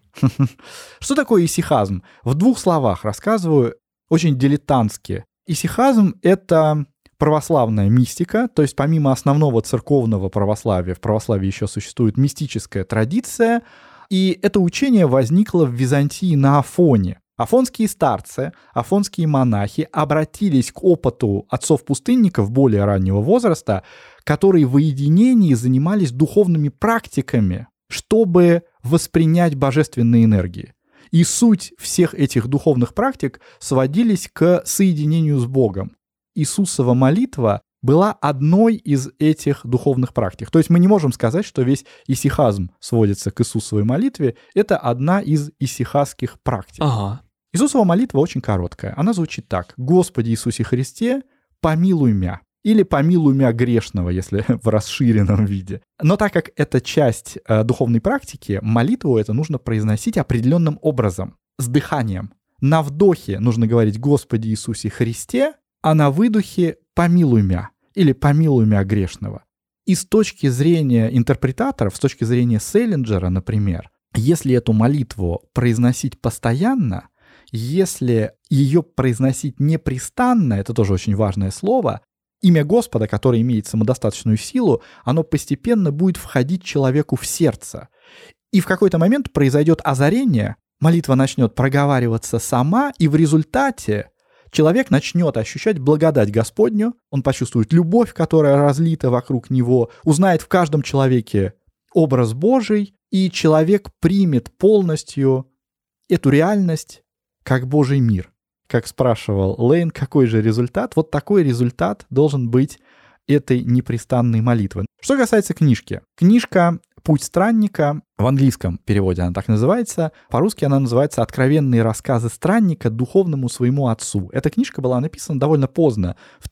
Что такое исихазм? В 2 словах рассказываю очень дилетантски. Исихазм — это православная мистика, то есть помимо основного церковного православия, в православии еще существует мистическая традиция, и это учение возникло в Византии на Афоне. Афонские старцы, афонские монахи обратились к опыту отцов-пустынников более раннего возраста, которые в уединении занимались духовными практиками, чтобы воспринять божественные энергии. И суть всех этих духовных практик сводились к соединению с Богом. Иисусова молитва была одной из этих духовных практик. То есть мы не можем сказать, что весь исихазм сводится к Иисусовой молитве. Это одна из исихазских практик. Иисусова молитва очень короткая. Она звучит так: «Господи Иисусе Христе, помилуй мя». Или «помилуй мя грешного», если в расширенном виде. Но так как это часть духовной практики, молитву это нужно произносить определенным образом, с дыханием. На вдохе нужно говорить «Господи Иисусе Христе», а на выдохе «помилуй мя» или «помилуй мя грешного». И с точки зрения интерпретаторов, с точки зрения Селлинджера, например, если эту молитву произносить постоянно, если ее произносить непрестанно, это тоже очень важное слово, имя Господа, которое имеет самодостаточную силу, оно постепенно будет входить человеку в сердце. И в какой-то момент произойдет озарение, молитва начнет проговариваться сама, и в результате человек начнет ощущать благодать Господню, он почувствует любовь, которая разлита вокруг него, узнает в каждом человеке образ Божий, и человек примет полностью эту реальность как Божий мир. Как спрашивал Лейн, какой же результат? Вот такой результат должен быть этой непрестанной молитвы. Что касается книжки. Книжка «Путь странника». В английском переводе она так называется. По-русски она называется «Откровенные рассказы странника духовному своему отцу». Эта книжка была написана довольно поздно, в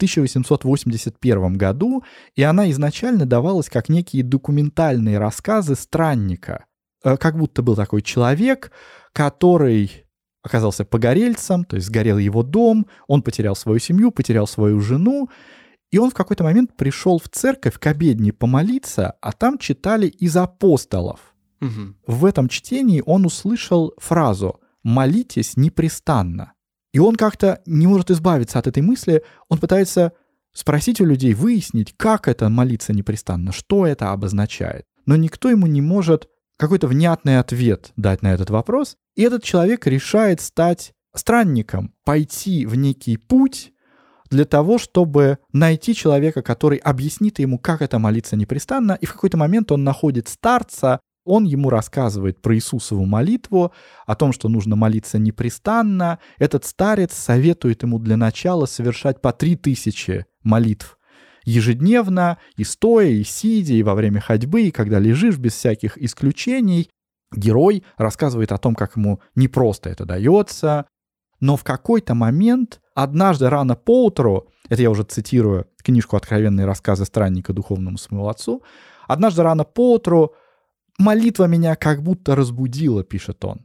1881 году, и она изначально давалась как некие документальные рассказы странника. Как будто был такой человек, который оказался погорельцем, то есть сгорел его дом, он потерял свою семью, потерял свою жену, и он в какой-то момент пришел в церковь к обедне помолиться, а там читали из апостолов. Угу. В этом чтении он услышал фразу «молитесь непрестанно». И он как-то не может избавиться от этой мысли, он пытается спросить у людей, выяснить, как это молиться непрестанно, что это обозначает. Но никто ему не может какой-то внятный ответ дать на этот вопрос, и этот человек решает стать странником, пойти в некий путь, для того, чтобы найти человека, который объяснит ему, как это молиться непрестанно, и в какой-то момент он находит старца, он ему рассказывает про Иисусову молитву, о том, что нужно молиться непрестанно. Этот старец советует ему для начала совершать по 3000 молитв ежедневно, и стоя, и сидя, и во время ходьбы, и когда лежишь, без всяких исключений. Герой рассказывает о том, как ему непросто это дается, но в какой-то момент, однажды рано поутру, это я уже цитирую книжку «Откровенные рассказы странника духовному своему отцу», однажды рано поутру молитва меня как будто разбудила, пишет он.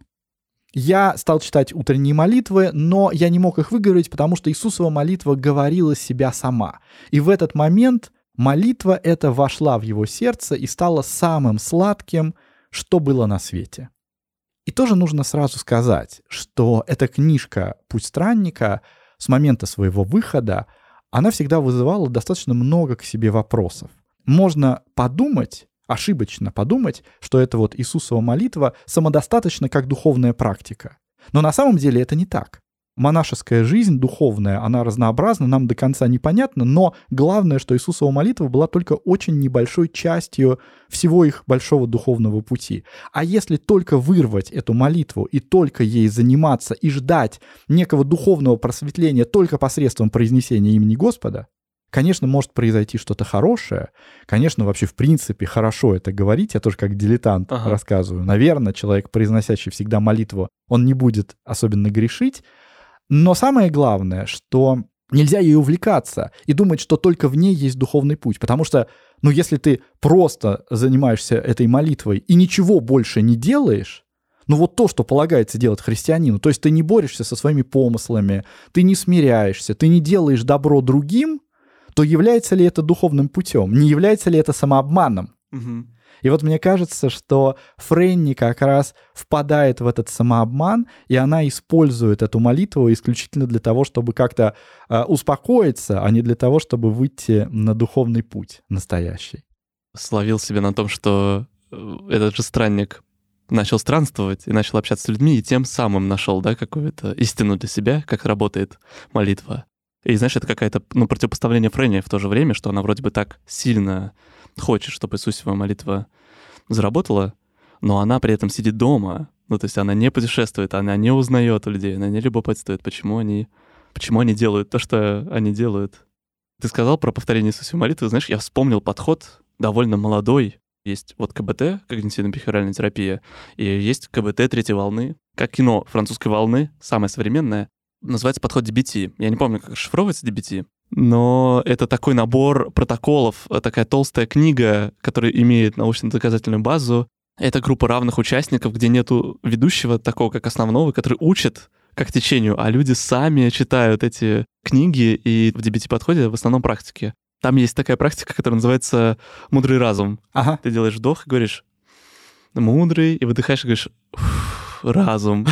Я стал читать утренние молитвы, но я не мог их выговорить, потому что Иисусова молитва говорила себя сама. И в этот момент молитва эта вошла в его сердце и стала самым сладким, что было на свете. И тоже нужно сразу сказать, что эта книжка «Путь странника» с момента своего выхода, она всегда вызывала достаточно много к себе вопросов. Можно подумать, ошибочно подумать, что это вот Иисусова молитва самодостаточна как духовная практика. Но на самом деле это не так. Монашеская жизнь духовная, она разнообразна, нам до конца непонятна, но главное, что Иисусова молитва была только очень небольшой частью всего их большого духовного пути. А если только вырвать эту молитву и только ей заниматься и ждать некого духовного просветления только посредством произнесения имени Господа, конечно, может произойти что-то хорошее. Конечно, вообще в принципе хорошо это говорить. Я тоже как дилетант рассказываю. Наверное, человек, произносящий всегда молитву, он не будет особенно грешить. Но самое главное, что нельзя ей увлекаться и думать, что только в ней есть духовный путь. Потому что, если ты просто занимаешься этой молитвой и ничего больше не делаешь, вот то, что полагается делать христианину, то есть ты не борешься со своими помыслами, ты не смиряешься, ты не делаешь добро другим, то является ли это духовным путем? Не является ли это самообманом? Угу. И вот мне кажется, что Фрэнни как раз впадает в этот самообман, и она использует эту молитву исключительно для того, чтобы как-то успокоиться, а не для того, чтобы выйти на духовный путь настоящий. Словил себя на том, что этот же странник начал странствовать и начал общаться с людьми, и тем самым нашел, какую-то истину для себя, как работает молитва. И знаешь, это какое-то противопоставление Фрэнни в то же время, что она вроде бы так сильно хочет, чтобы Иисусова молитва заработала, но она при этом сидит дома. То есть она не путешествует, она не узнает у людей, она не любопытствует, почему они делают то, что они делают. Ты сказал про повторение Иисусовой молитвы. Знаешь, я вспомнил подход довольно молодой. Есть КБТ, когнитивно-бихевиоральная терапия, и есть КБТ третьей волны, как кино французской волны, самое современное. Называется подход DBT. Я не помню, как расшифровывается DBT, но это такой набор протоколов, такая толстая книга, которая имеет научно-доказательную базу. Это группа равных участников, где нету ведущего такого, как основного, который учит как течению, а люди сами читают эти книги, и в DBT-подходе в основном практики. Там есть такая практика, которая называется «мудрый разум». Ага. Ты делаешь вдох и говоришь «мудрый», и выдыхаешь и говоришь разум.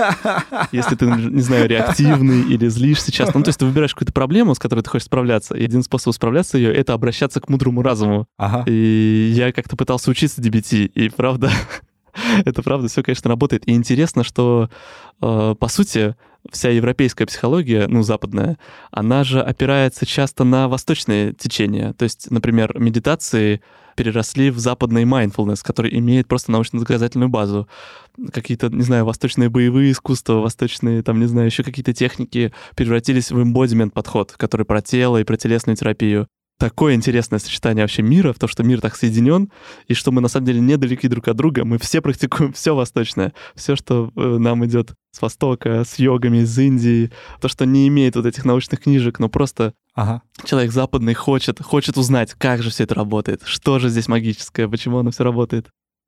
Если ты, не знаю, реактивный или злишься сейчас. То есть ты выбираешь какую-то проблему, с которой ты хочешь справляться, и один способ справляться ее — это обращаться к мудрому разуму. Ага. И я как-то пытался учиться DBT, и правда, это правда все, конечно, работает. И интересно, что, по сути, вся европейская психология, западная, она же опирается часто на восточные течения. То есть, например, медитации переросли в западный mindfulness, который имеет просто научно-доказательную базу. Какие-то, не знаю, восточные боевые искусства, восточные, еще какие-то техники превратились в embodiment подход, который про тело и про телесную терапию. такое интересное сочетание вообще мира, в то, что мир так соединен, и что мы на самом деле недалеки друг от друга, мы все практикуем все восточное, все, что нам идет с Востока, с йогами из Индии, то, что не имеет вот этих научных книжек, но просто человек западный хочет узнать, как же все это работает, что же здесь магическое, почему оно все работает.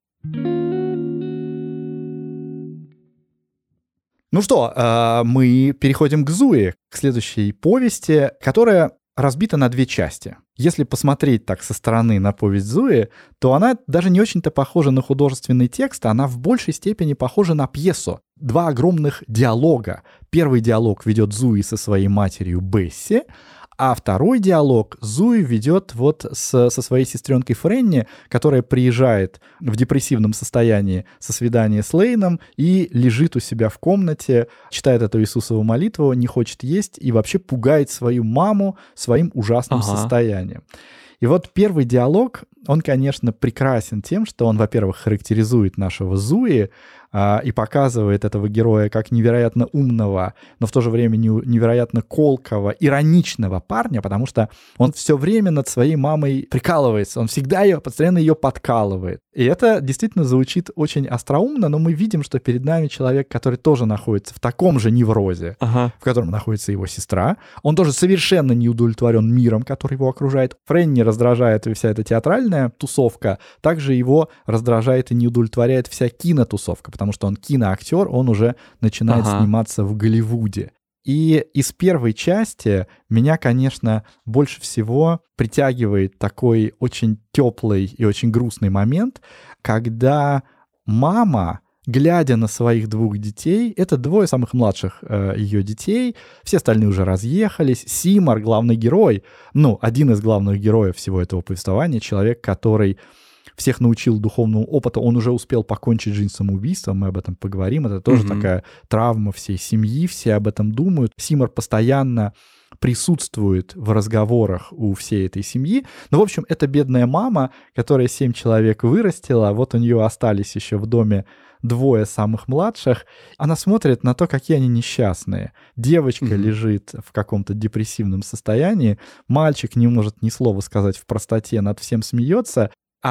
Ну что, мы переходим к Зуи, к следующей повести, которая разбита на две части. Если посмотреть так со стороны на повесть Зуи, то она даже не очень-то похожа на художественный текст, она в большей степени похожа на пьесу. Два огромных диалога. Первый диалог ведет Зуи со своей матерью Бесси, а второй диалог Зуи ведет вот со своей сестренкой Френни, которая приезжает в депрессивном состоянии со свидания с Лейном и лежит у себя в комнате, читает эту Иисусову молитву, не хочет есть и вообще пугает свою маму своим ужасным состоянием. И вот первый диалог, он, конечно, прекрасен тем, что он, во-первых, характеризует нашего Зуи и показывает этого героя как невероятно умного, но в то же время невероятно колкого, ироничного парня, потому что он все время над своей мамой прикалывается, он всегда постоянно ее подкалывает. И это действительно звучит очень остроумно, но мы видим, что перед нами человек, который тоже находится в таком же неврозе, в котором находится его сестра. Он тоже совершенно не удовлетворен миром, который его окружает. Френни раздражает вся эта театральная тусовка, также его раздражает и не удовлетворяет вся кинотусовка, потому что он киноактер, он уже начинает сниматься в Голливуде. И из первой части меня, конечно, больше всего притягивает такой очень теплый и очень грустный момент, когда мама, глядя на своих двух детей, это двое самых младших ее детей, все остальные уже разъехались, Симар, главный герой, один из главных героев всего этого повествования, человек, который всех научил духовному опыту, он уже успел покончить жизнь самоубийством, мы об этом поговорим, это тоже такая травма всей семьи, все об этом думают. Симар постоянно присутствует в разговорах у всей этой семьи. В общем, это бедная мама, которая 7 человек вырастила, вот у нее остались еще в доме двое самых младших. Она смотрит на то, какие они несчастные. Девочка лежит в каком-то депрессивном состоянии, мальчик не может ни слова сказать в простоте, над всем смеется.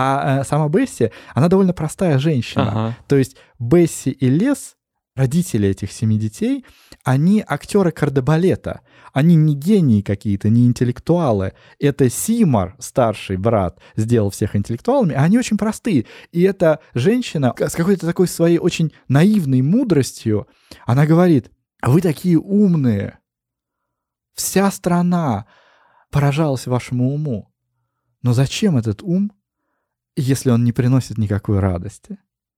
А сама Бесси, она довольно простая женщина. То есть Бесси и Лес, родители этих 7 детей, они актеры кардебалета. Они не гении какие-то, не интеллектуалы. Это Симар, старший брат, сделал всех интеллектуалами, а они очень простые. И эта женщина с какой-то такой своей очень наивной мудростью, она говорит: вы такие умные, вся страна поражалась вашему уму. Но зачем этот ум, если он не приносит никакой радости?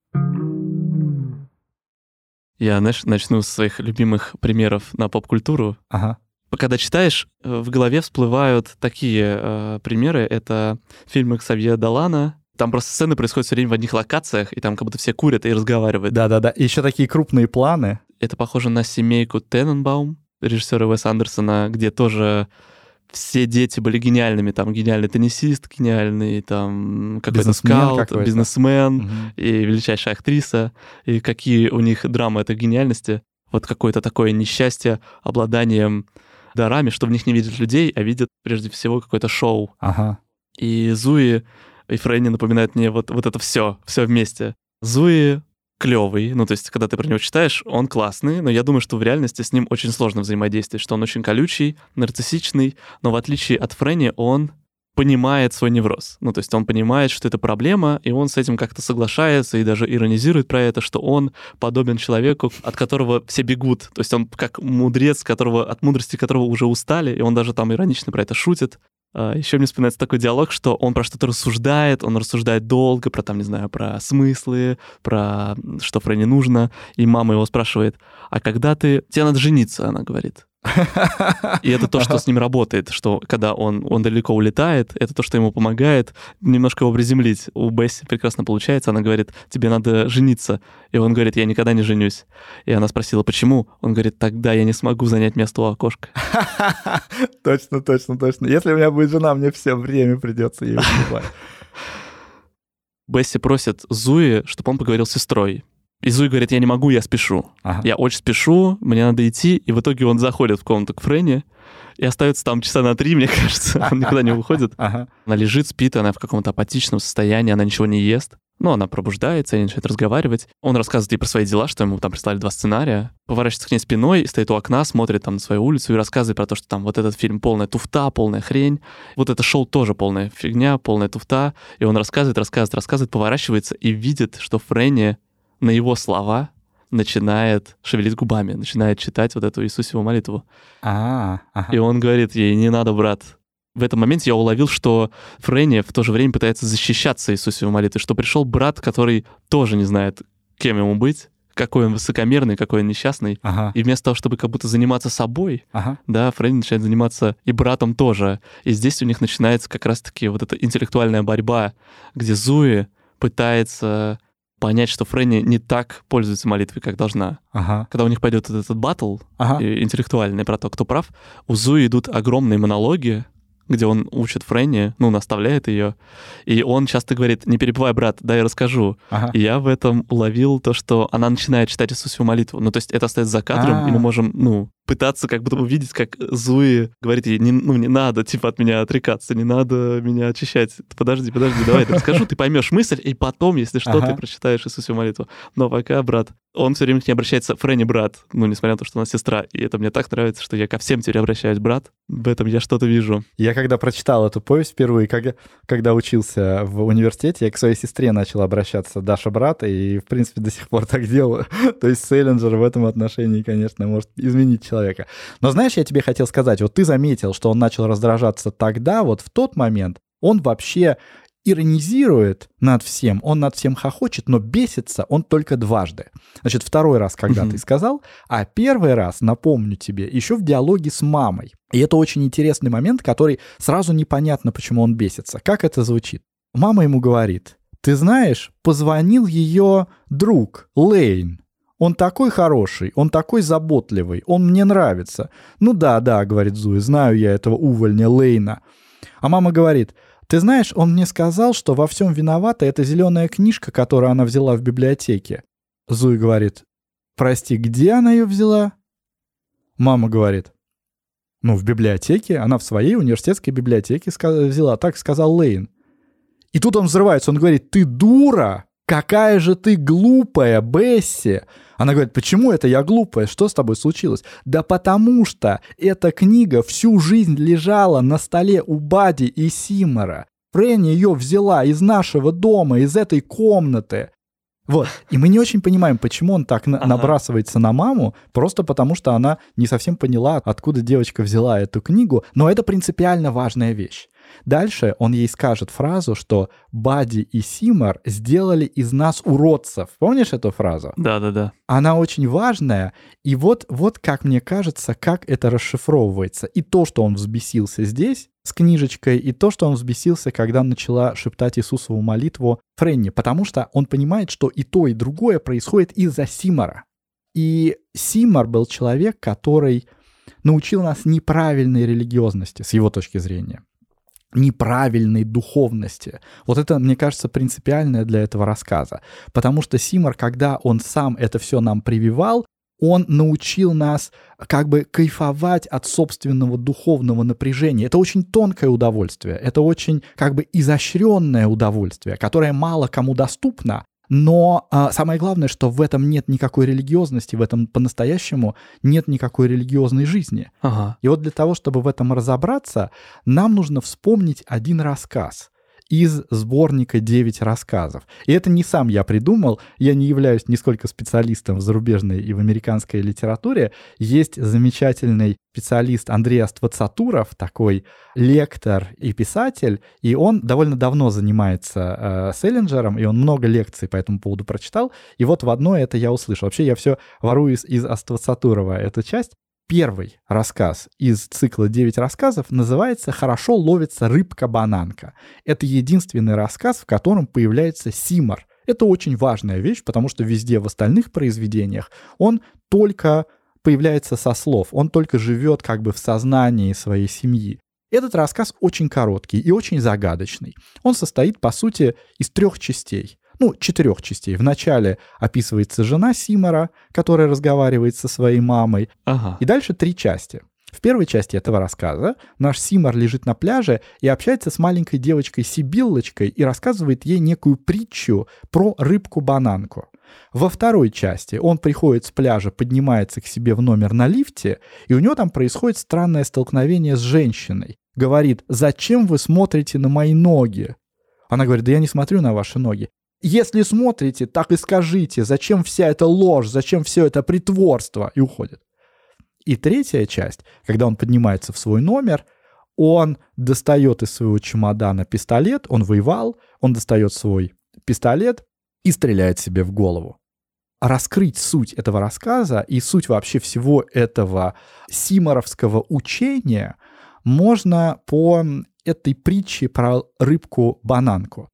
Я, начну с своих любимых примеров на поп-культуру. Когда читаешь, в голове всплывают такие примеры. Это фильмы Ксавье Долана. Там просто сцены происходят все время в одних локациях, и там как будто все курят и разговаривают. Да-да-да, и еще такие крупные планы. Это похоже на «Семейку Тененбаум» режиссера Уэса Андерсона, где тоже все дети были гениальными. Там гениальный теннисист, гениальный там какой-то скаут, бизнесмен и величайшая актриса. И какие у них драмы этой гениальности. Вот какое-то такое несчастье обладанием дарами, что в них не видят людей, а видят прежде всего какое-то шоу. И Зуи и Френни напоминают мне вот это все вместе. Зуи клевый, то есть, когда ты про него читаешь, он классный, но я думаю, что в реальности с ним очень сложно взаимодействовать, что он очень колючий, нарциссичный, но в отличие от Френни, он понимает свой невроз. То есть он понимает, что это проблема, и он с этим как-то соглашается и даже иронизирует про это, что он подобен человеку, от которого все бегут. То есть он как мудрец, от мудрости которого уже устали, и он даже там иронично про это шутит. Еще мне вспоминается такой диалог, что он про что-то рассуждает, он рассуждает долго, про про смыслы, про что Френни нужно, и мама его спрашивает: а когда тебе надо жениться, она говорит. И это то, что с ним работает, что когда он далеко улетает, это то, что ему помогает немножко его приземлить. У Бесси прекрасно получается, она говорит: тебе надо жениться. И он говорит: я никогда не женюсь. И она спросила: почему? Он говорит: тогда я не смогу занять место у окошка. Точно. Если у меня будет жена, мне все время придется ей уступать. Бесси просит Зуи, чтобы он поговорил с сестрой. И Зуи говорит: я не могу, я спешу. Я очень спешу, мне надо идти. И в итоге он заходит в комнату к Френни и остается там часа на 3, мне кажется. Он никуда не уходит. Ага. Она лежит, спит, она в каком-то апатичном состоянии, она ничего не ест. Но она пробуждается, они начинают разговаривать. Он рассказывает ей про свои дела, что ему там прислали 2 сценария. Поворачивается к ней спиной, стоит у окна, смотрит там на свою улицу и рассказывает про то, что там вот этот фильм полная туфта, полная хрень. Вот это шоу тоже полная фигня, полная туфта. И он рассказывает, поворачивается и видит, что Фрэнни на его слова начинает шевелить губами, начинает читать вот эту Иисусову молитву. Ага. И он говорит ей: не надо, брат. В этом моменте я уловил, что Фрэнни в то же время пытается защищаться Иисусовой молитвой, что пришел брат, который тоже не знает, кем ему быть, какой он высокомерный, какой он несчастный. Ага. И вместо того, чтобы как будто заниматься собой, да, Фрэнни начинает заниматься и братом тоже. И здесь у них начинается как раз-таки вот эта интеллектуальная борьба, где Зуи пытается понять, что Фрэнни не так пользуется молитвой, как должна. Ага. Когда у них пойдет этот баттл интеллектуальный про то, кто прав, у Зуи идут огромные монологи, где он учит Фрэнни, наставляет ее. И он часто говорит: не перебивай, брат, дай я расскажу. Ага. И я в этом уловил то, что она начинает читать Иисусову молитву. То есть это остается за кадром, и мы можем, пытаться как будто увидеть, как Зуи говорит ей: не надо, от меня отрекаться, не надо меня очищать. Подожди, давай я расскажу, ты поймешь мысль, и потом, если что, ты прочитаешь Иисусову молитву. Но пока, брат, он все время к ней обращается: Фрэнни, брат. Несмотря на то, что она сестра. И это мне так нравится, что я ко всем теперь обращаюсь: брат. В этом я что-то вижу. Я когда прочитал эту повесть впервые, когда учился в университете, я к своей сестре начал обращаться: Даша, брат, и, в принципе, до сих пор так делаю. То есть Селлинджер в этом отношении, конечно, может изменить человека. Но знаешь, я тебе хотел сказать, вот ты заметил, что он начал раздражаться тогда, вот в тот момент, он вообще иронизирует над всем, он над всем хохочет, но бесится он только дважды. Значит, второй раз, когда ты сказал, а первый раз, напомню тебе, еще в диалоге с мамой. И это очень интересный момент, который сразу непонятно, почему он бесится. Как это звучит? Мама ему говорит: ты знаешь, позвонил ее друг Лейн. Он такой хороший, он такой заботливый, он мне нравится. Да, говорит Зуи, знаю я этого увольня Лейна. А мама говорит: ты знаешь, он мне сказал, что во всем виновата эта зеленая книжка, которую она взяла в библиотеке. Зуи говорит: прости, где она ее взяла? Мама говорит: в библиотеке, она в своей университетской библиотеке взяла, так сказал Лейн. И тут он взрывается, он говорит: ты дура! Какая же ты глупая, Бесси! Она говорит: почему это я глупая? Что с тобой случилось? Да потому что эта книга всю жизнь лежала на столе у Бадди и Симора. Фрэнни ее взяла из нашего дома, из этой комнаты. Вот. И мы не очень понимаем, почему он так набрасывается на маму, просто потому что она не совсем поняла, откуда девочка взяла эту книгу, но это принципиально важная вещь. Дальше он ей скажет фразу, что Бадди и Симор сделали из нас уродцев. Помнишь эту фразу? Да. Она очень важная, и вот как мне кажется, как это расшифровывается. И то, что он взбесился здесь с книжечкой, и то, что он взбесился, когда начала шептать Иисусову молитву Фрэнни, потому что он понимает, что и то, и другое происходит из-за Симора. И Симор был человек, который научил нас неправильной религиозности, с его точки зрения. Неправильной духовности. Вот это, мне кажется, принципиальное для этого рассказа. Потому что Симор, когда он сам это все нам прививал, он научил нас как бы кайфовать от собственного духовного напряжения. Это очень тонкое удовольствие, это очень как бы изощренное удовольствие, которое мало кому доступно, но самое главное, что в этом нет никакой религиозности, в этом по-настоящему нет никакой религиозной жизни. Ага. И вот для того, чтобы в этом разобраться, нам нужно вспомнить один рассказ из сборника «9 рассказов». И это не сам я придумал, я не являюсь нисколько специалистом в зарубежной и в американской литературе. Есть замечательный специалист Андрей Аствацатуров, такой лектор и писатель, и он довольно давно занимается Селлинджером, и он много лекций по этому поводу прочитал, и вот в одной это я услышал. Вообще я все ворую из Аствацатурова эту часть. Первый рассказ из цикла «9 рассказов» называется «Хорошо ловится рыбка-бананка». Это единственный рассказ, в котором появляется Симор. Это очень важная вещь, потому что везде в остальных произведениях он только появляется со слов, он только живет как бы в сознании своей семьи. Этот рассказ очень короткий и очень загадочный. Он состоит, по сути, из 3 частей. 4 частей. Вначале описывается жена Симора, которая разговаривает со своей мамой. Ага. И дальше 3 части. В первой части этого рассказа наш Симар лежит на пляже и общается с маленькой девочкой-сибиллочкой и рассказывает ей некую притчу про рыбку-бананку. Во второй части он приходит с пляжа, поднимается к себе в номер на лифте, и у него там происходит странное столкновение с женщиной. Говорит: «Зачем вы смотрите на мои ноги?» Она говорит: «Да я не смотрю на ваши ноги». «Если смотрите, так и скажите, зачем вся эта ложь, зачем все это притворство?» И уходит. И третья часть, когда он поднимается в свой номер, он достает из своего чемодана пистолет, он воевал, он достает свой пистолет и стреляет себе в голову. Раскрыть суть этого рассказа и суть вообще всего этого симаровского учения можно по этой притче про рыбку-бананку.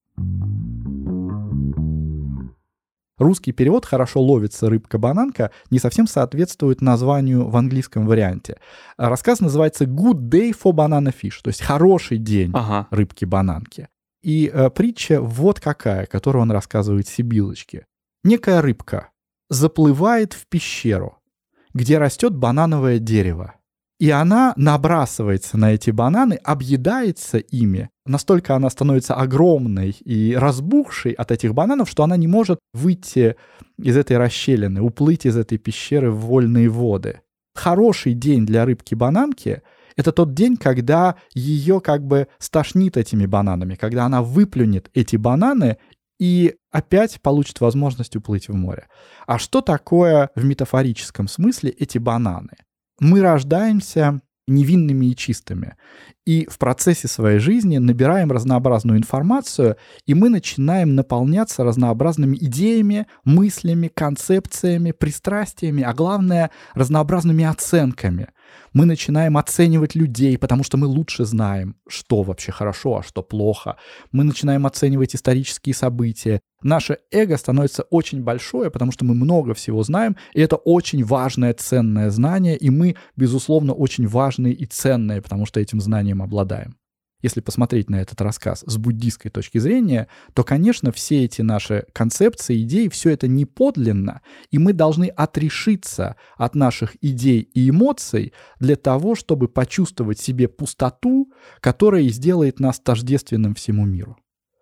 Русский перевод «хорошо ловится рыбка-бананка» не совсем соответствует названию в английском варианте. Рассказ называется «Good day for banana fish», то есть «хороший день рыбки-бананки». И притча вот какая, которую он рассказывает сибиллочке. Некая рыбка заплывает в пещеру, где растет банановое дерево. И она набрасывается на эти бананы, объедается ими. Настолько она становится огромной и разбухшей от этих бананов, что она не может выйти из этой расщелины, уплыть из этой пещеры в вольные воды. Хороший день для рыбки-бананки — это тот день, когда ее как бы стошнит этими бананами, когда она выплюнет эти бананы и опять получит возможность уплыть в море. А что такое в метафорическом смысле эти бананы? Мы рождаемся невинными и чистыми, и в процессе своей жизни набираем разнообразную информацию, и мы начинаем наполняться разнообразными идеями, мыслями, концепциями, пристрастиями, а главное, разнообразными оценками. Мы начинаем оценивать людей, потому что мы лучше знаем, что вообще хорошо, а что плохо. Мы начинаем оценивать исторические события. Наше эго становится очень большое, потому что мы много всего знаем, и это очень важное, ценное знание, и мы, безусловно, очень важные и ценные, потому что этим знанием обладаем. Если посмотреть на этот рассказ с буддийской точки зрения, то, конечно, все эти наши концепции, идеи, все это не подлинно, и мы должны отрешиться от наших идей и эмоций для того, чтобы почувствовать в себе пустоту, которая сделает нас тождественным всему миру.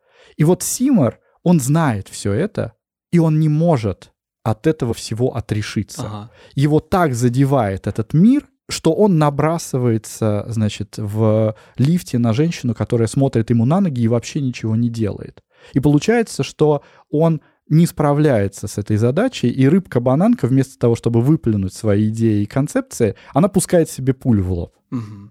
И вот Симар, он знает все это, и он не может от этого всего отрешиться. Его так задевает этот мир, что он набрасывается, значит, в лифте на женщину, которая смотрит ему на ноги и вообще ничего не делает. И получается, что он не справляется с этой задачей, и рыбка-бананка вместо того, чтобы выплюнуть свои идеи и концепции, она пускает себе пулю в лоб.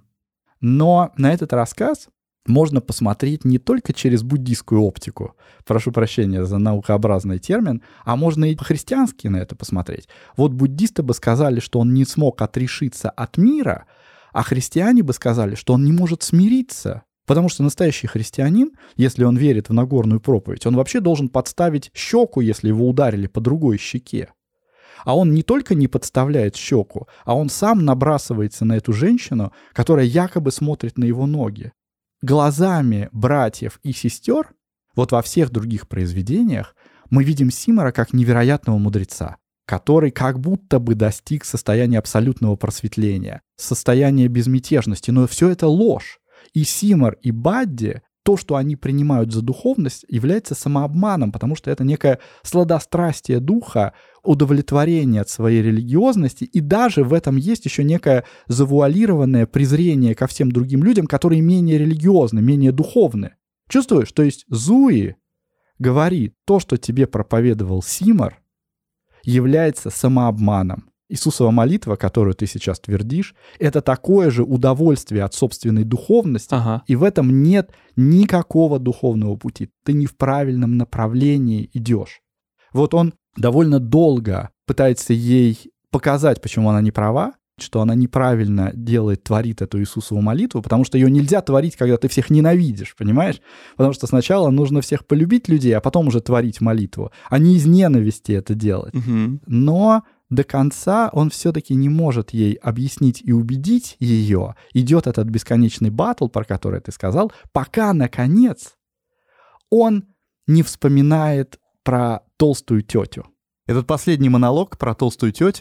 Но на этот рассказ можно посмотреть не только через буддийскую оптику, прошу прощения за наукообразный термин, а можно и по-христиански на это посмотреть. Вот буддисты бы сказали, что он не смог отрешиться от мира, а христиане бы сказали, что он не может смириться. Потому что настоящий христианин, если он верит в Нагорную проповедь, он вообще должен подставить щеку, если его ударили по другой щеке. А он не только не подставляет щеку, а он сам набрасывается на эту женщину, которая якобы смотрит на его ноги. Глазами братьев и сестер, вот во всех других произведениях, мы видим Симара как невероятного мудреца, который как будто бы достиг состояния абсолютного просветления, состояния безмятежности, но все это ложь. И Симар, и Бадди, то, что они принимают за духовность, является самообманом, потому что это некое сладострастие духа, удовлетворение от своей религиозности, и даже в этом есть еще некое завуалированное презрение ко всем другим людям, которые менее религиозны, менее духовны. Чувствуешь? То есть Зуи говорит, то, что тебе проповедовал Симар, является самообманом. Иисусова молитва, которую ты сейчас твердишь, это такое же удовольствие от собственной духовности, и в этом нет никакого духовного пути. Ты не в правильном направлении идешь. Вот он довольно долго пытается ей показать, почему она не права, что она неправильно делает, творит эту Иисусову молитву, потому что ее нельзя творить, когда ты всех ненавидишь, понимаешь? Потому что сначала нужно всех полюбить людей, а потом уже творить молитву, а не из ненависти это делать. Но до конца он все-таки не может ей объяснить и убедить ее. Идет этот бесконечный баттл, про который ты сказал, пока, наконец, он не вспоминает про толстую тетю. Этот последний монолог про толстую тетю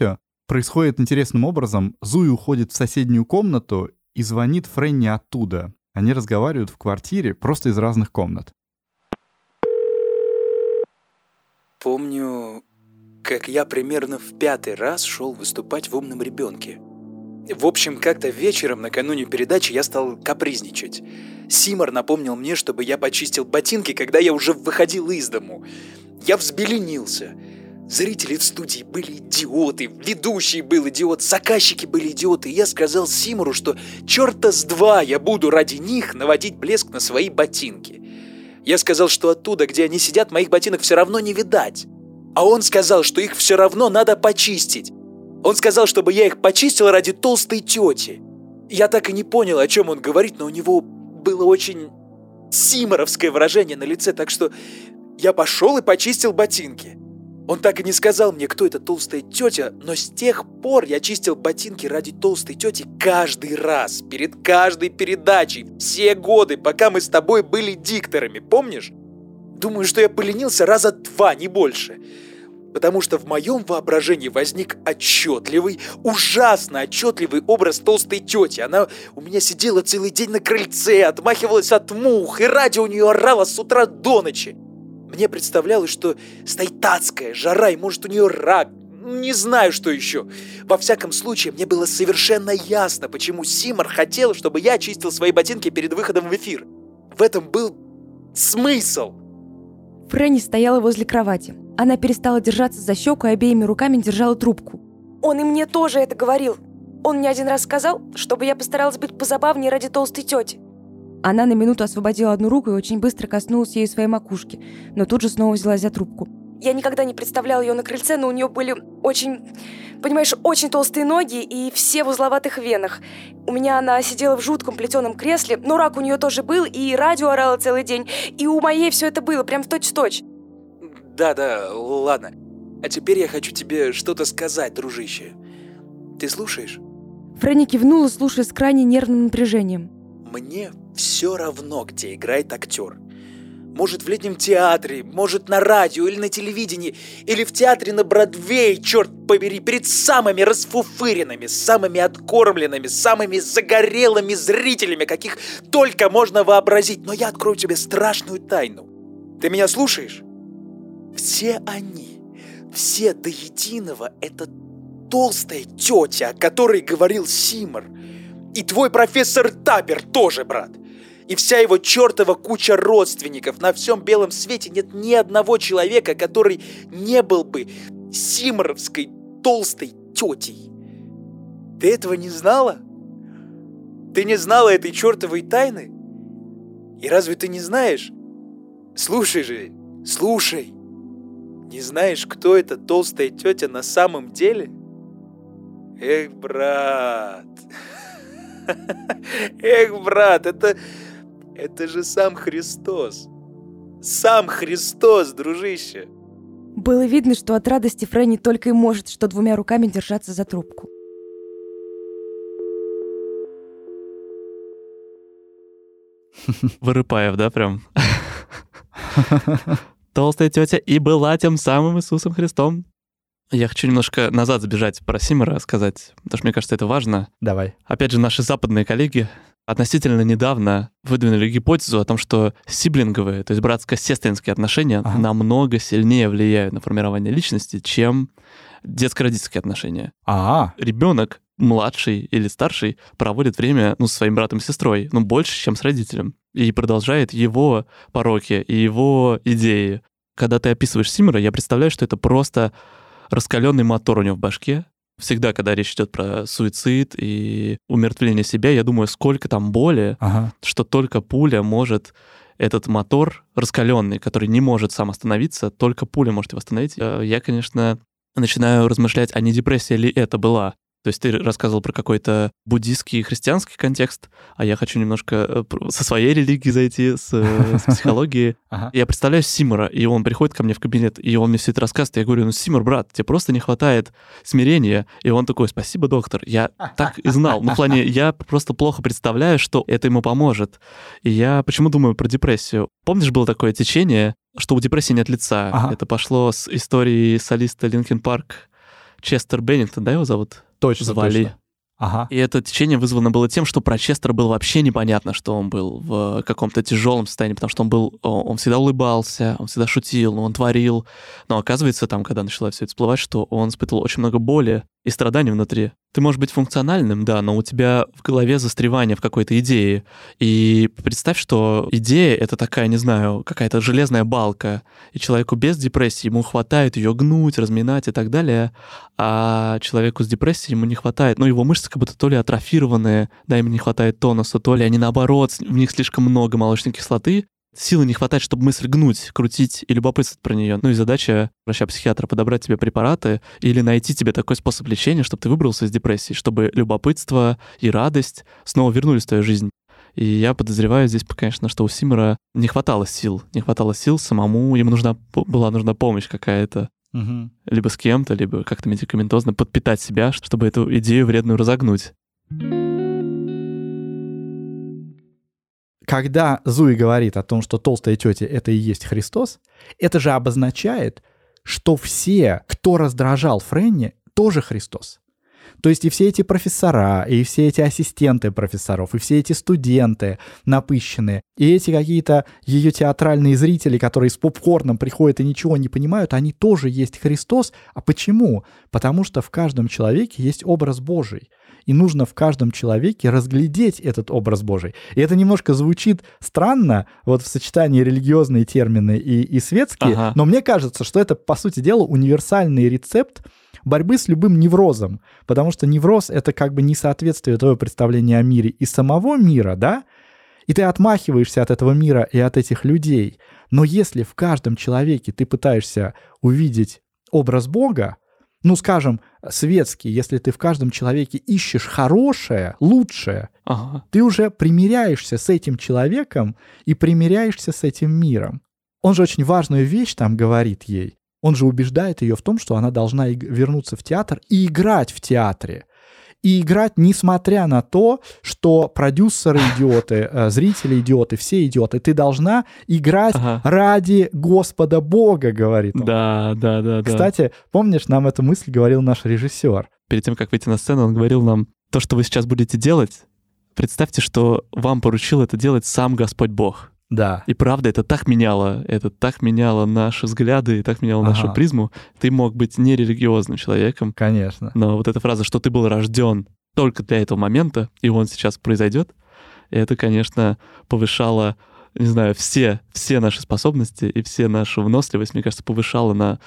происходит интересным образом. Зуи уходит в соседнюю комнату и звонит Фрэнни оттуда. Они разговаривают в квартире, просто из разных комнат. Помню, как я примерно в 5-й раз шел выступать в «Умном ребенке». В общем, как-то вечером накануне передачи я стал капризничать. Симор напомнил мне, чтобы я почистил ботинки, когда я уже выходил из дому. Я взбеленился. Зрители в студии были идиоты, ведущий был идиот, заказчики были идиоты. И я сказал Симору, что черта с два я буду ради них наводить блеск на свои ботинки. Я сказал, что оттуда, где они сидят, моих ботинок все равно не видать. А он сказал, что их все равно надо почистить. Он сказал, чтобы я их почистил ради толстой тети. Я так и не понял, о чем он говорит, но у него было очень симоровское выражение на лице, так что я пошел и почистил ботинки. Он так и не сказал мне, кто эта толстая тетя, но с тех пор я чистил ботинки ради толстой тети каждый раз, перед каждой передачей, все годы, пока мы с тобой были дикторами, помнишь? Думаю, что я поленился раза 2, не больше. Потому что в моем воображении возник отчетливый, ужасно отчетливый образ толстой тети. Она у меня сидела целый день на крыльце, отмахивалась от мух, и радио у нее орало с утра до ночи. Мне представлялось, что стоит адская жара, и может у нее рак, не знаю, что еще. Во всяком случае, мне было совершенно ясно, почему Симор хотел, чтобы я чистил свои ботинки перед выходом в эфир. В этом был смысл. Фрэнни стояла возле кровати. Она перестала держаться за щеку и обеими руками держала трубку. Он и мне тоже это говорил. Он мне один раз сказал, чтобы я постаралась быть позабавнее ради толстой тети. Она на минуту освободила одну руку и очень быстро коснулась ею своей макушки, но тут же снова взялась за трубку. Я никогда не представляла ее на крыльце, но у нее были очень толстые ноги и все в узловатых венах. У меня она сидела в жутком плетеном кресле, но рак у нее тоже был, и радио орало целый день, и у моей все это было, прям в точь-в-точь. Да, ладно. А теперь я хочу тебе что-то сказать, дружище. Ты слушаешь? Фрэнни кивнула, слушая с крайне нервным напряжением. Мне все равно, где играет актер. Может, в летнем театре, может, на радио или на телевидении, или в театре на Бродвее, черт побери, перед самыми расфуфыренными, самыми откормленными, самыми загорелыми зрителями, каких только можно вообразить. Но я открою тебе страшную тайну. Ты меня слушаешь? Все они, все до единого, это толстая тетя, о которой говорил Симор. И твой профессор Табер тоже, брат. И вся его чертова куча родственников. На всем белом свете нет ни одного человека, который не был бы симоровской толстой тетей. Ты этого не знала? Ты не знала этой чертовой тайны? И разве ты не знаешь? Слушай же, слушай. Не знаешь, кто эта толстая тетя на самом деле? Эх, брат. Эх, брат, это же сам Христос. Сам Христос, дружище. Было видно, что от радости Фрэнни только и может, что 2 руками держаться за трубку. Вырыпаев, да, прям? Толстая тетя и была тем самым Иисусом Христом. Я хочу немножко назад сбежать, про Симора сказать, потому что мне кажется, это важно. Давай. Опять же, наши западные коллеги относительно недавно выдвинули гипотезу о том, что сиблинговые, то есть братско-сестринские отношения намного сильнее влияют на формирование личности, чем детско-родительские отношения. Ребенок, младший или старший, проводит время со своим братом и сестрой, больше, чем с родителем, и продолжает его пороки и его идеи. Когда ты описываешь Симора, я представляю, что это просто раскаленный мотор у него в башке. Всегда, когда речь идет про суицид и умертвление себя, я думаю, сколько там боли, что только пуля может этот мотор раскаленный, который не может сам остановиться, только пуля может его остановить. Я, конечно, начинаю размышлять, а не депрессия ли это была. То есть ты рассказывал про какой-то буддийский и христианский контекст, а я хочу немножко со своей религии зайти, с психологии. Я представляю Симора, и он приходит ко мне в кабинет, и он мне все это рассказывает, и я говорю, Симор, брат, тебе просто не хватает смирения. И он такой, спасибо, доктор, я так и знал. В плане, я просто плохо представляю, что это ему поможет. И я почему думаю про депрессию? Помнишь, было такое течение, что у депрессии нет лица? Это пошло с истории солиста Линкин Парк Честер Беннингтон, да, его зовут? Точно, Звали. точно. Ага. И это течение вызвано было тем, что про Честера было вообще непонятно, что он был в каком-то тяжелом состоянии, потому что он всегда улыбался, он всегда шутил, он творил. Но оказывается, там, когда начало все это всплывать, что он испытывал очень много боли и страданий внутри. Ты можешь быть функциональным, да, но у тебя в голове застревание в какой-то идее. И представь, что идея — это такая, не знаю, какая-то железная балка, и человеку без депрессии ему хватает ее гнуть, разминать и так далее, а человеку с депрессией ему не хватает, его мышцы как будто то ли атрофированные, да, им не хватает тонуса, то ли они наоборот, в них слишком много молочной кислоты, силы не хватает, чтобы мысль гнуть, крутить и любопытствовать про нее. И задача врача-психиатра — подобрать тебе препараты или найти тебе такой способ лечения, чтобы ты выбрался из депрессии, чтобы любопытство и радость снова вернулись в твою жизнь. И я подозреваю здесь, конечно, что у Симора не хватало сил самому, ему была нужна помощь какая-то. Угу. Либо с кем-то, либо как-то медикаментозно подпитать себя, чтобы эту идею вредную разогнуть. Когда Зуи говорит о том, что толстая тетя — это и есть Христос, это же обозначает, что все, кто раздражал Фрэнни, тоже Христос. То есть и все эти профессора, и все эти ассистенты профессоров, и все эти студенты напыщенные, и эти какие-то ее театральные зрители, которые с попкорном приходят и ничего не понимают, они тоже есть Христос. А почему? Потому что в каждом человеке есть образ Божий. И нужно в каждом человеке разглядеть этот образ Божий. И это немножко звучит странно, вот в сочетании религиозные термины и светские, но мне кажется, что это, по сути дела, универсальный рецепт борьбы с любым неврозом, потому что невроз — это как бы несоответствие твоего представления о мире и самого мира, да? И ты отмахиваешься от этого мира и от этих людей. Но если в каждом человеке ты пытаешься увидеть образ Бога, скажем, светский, если ты в каждом человеке ищешь хорошее, лучшее, ты уже примиряешься с этим человеком и примиряешься с этим миром. Он же очень важную вещь там говорит ей. Он же убеждает ее в том, что она должна вернуться в театр и играть в театре. И играть, несмотря на то, что продюсеры идиоты, зрители идиоты, все идиоты. Ты должна играть ради Господа Бога, говорит он. Да. Кстати, помнишь, нам эту мысль говорил наш режиссер? Перед тем, как выйти на сцену, он говорил нам: то, что вы сейчас будете делать, представьте, что вам поручил это делать сам Господь Бог. Да. И правда, это так меняло наши взгляды, и так меняло нашу призму. Ты мог быть нерелигиозным человеком. Конечно. Но вот эта фраза, что ты был рожден только для этого момента, и он сейчас произойдет, это, конечно, повышало, не знаю, все наши способности и все нашу выносливость, мне кажется, повышало на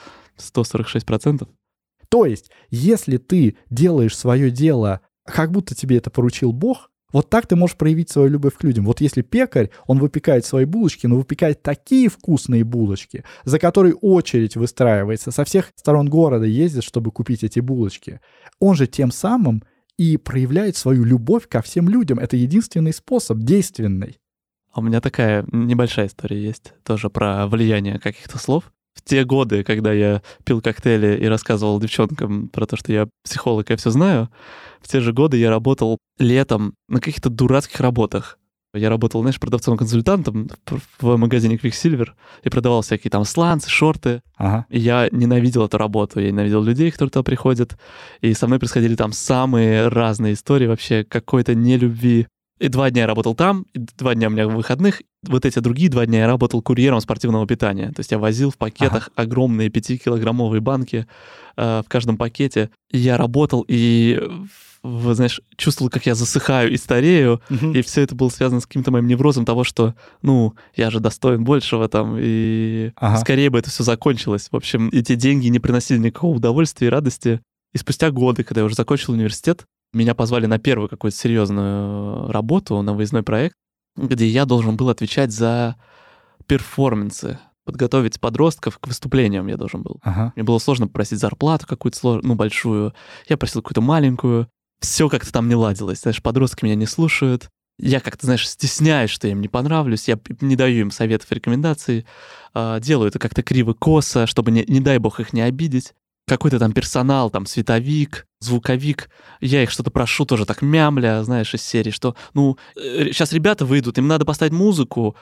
146%. То есть, если ты делаешь свое дело, как будто тебе это поручил Бог, вот так ты можешь проявить свою любовь к людям. Вот если пекарь, он выпекает свои булочки, но выпекает такие вкусные булочки, за которые очередь выстраивается, со всех сторон города ездят, чтобы купить эти булочки. Он же тем самым и проявляет свою любовь ко всем людям. Это единственный способ, действенный. А у меня такая небольшая история есть, тоже про влияние каких-то слов. В те годы, когда я пил коктейли и рассказывал девчонкам про то, что я психолог, я все знаю, в те же годы я работал летом на каких-то дурацких работах. Я работал, продавцом-консультантом в магазине Quicksilver и продавал всякие там сланцы, шорты. И я ненавидел эту работу, я ненавидел людей, которые туда приходят. И со мной происходили там самые разные истории вообще какой-то нелюбви. И 2 дня я работал там, и 2 дня у меня выходных. Вот эти другие 2 дня я работал курьером спортивного питания. То есть я возил в пакетах огромные 5-килограммовые банки в каждом пакете. И я работал и, чувствовал, как я засыхаю и старею. И все это было связано с каким-то моим неврозом того, что, я же достоин большего там, и скорее бы это все закончилось. В общем, эти деньги не приносили никакого удовольствия и радости. И спустя годы, когда я уже закончил университет, меня позвали на первую какую-то серьезную работу, на выездной проект, где я должен был отвечать за перформансы, подготовить подростков к выступлениям я должен был. Мне было сложно попросить зарплату какую-то большую. Я просил какую-то маленькую. Все как-то там не ладилось. Подростки меня не слушают. Я как-то, стесняюсь, что я им не понравлюсь. Я не даю им советов и рекомендаций. Делаю это как-то криво-косо, чтобы, не дай бог, их не обидеть. какой-то там персонал, там световик, звуковик, я их что-то прошу тоже так мямля, знаешь, из серии, что, сейчас ребята выйдут, им надо поставить музыку,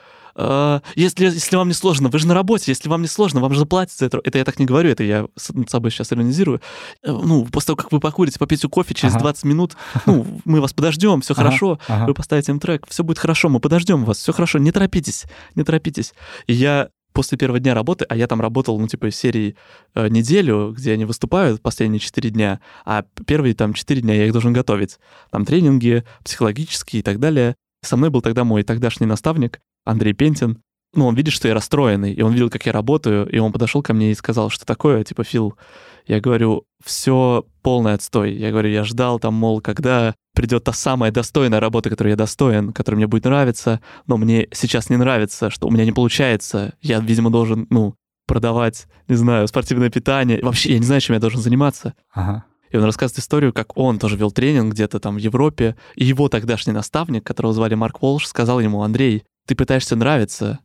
если вам не сложно, вы же на работе, если вам не сложно, вам же платят за это. Это я так не говорю, это я над собой сейчас иронизирую. После того, как вы покурите, попьете кофе, через 20 минут, мы вас подождем, все хорошо, вы поставите им трек, все будет хорошо, мы подождем вас, все хорошо, не торопитесь. И я после первого дня работы, а я там работал, из серии неделю, где они выступают последние 4 дня, а первые 4 дня я их должен готовить. Там тренинги психологические и так далее. Со мной был тогда мой тогдашний наставник Андрей Пентин. Он видит, что я расстроенный, и он видел, как я работаю, и он подошел ко мне и сказал, что такое, Фил, я говорю, все полный отстой. Я говорю, я ждал когда придет та самая достойная работа, которой я достоин, которая мне будет нравиться, но мне сейчас не нравится, что у меня не получается. Я, видимо, должен, продавать, не знаю, спортивное питание. Вообще, я не знаю, чем я должен заниматься. И он рассказывает историю, как он тоже вел тренинг где-то там в Европе, и его тогдашний наставник, которого звали Марк Волш, сказал ему: Андрей, ты пытаешься нравиться.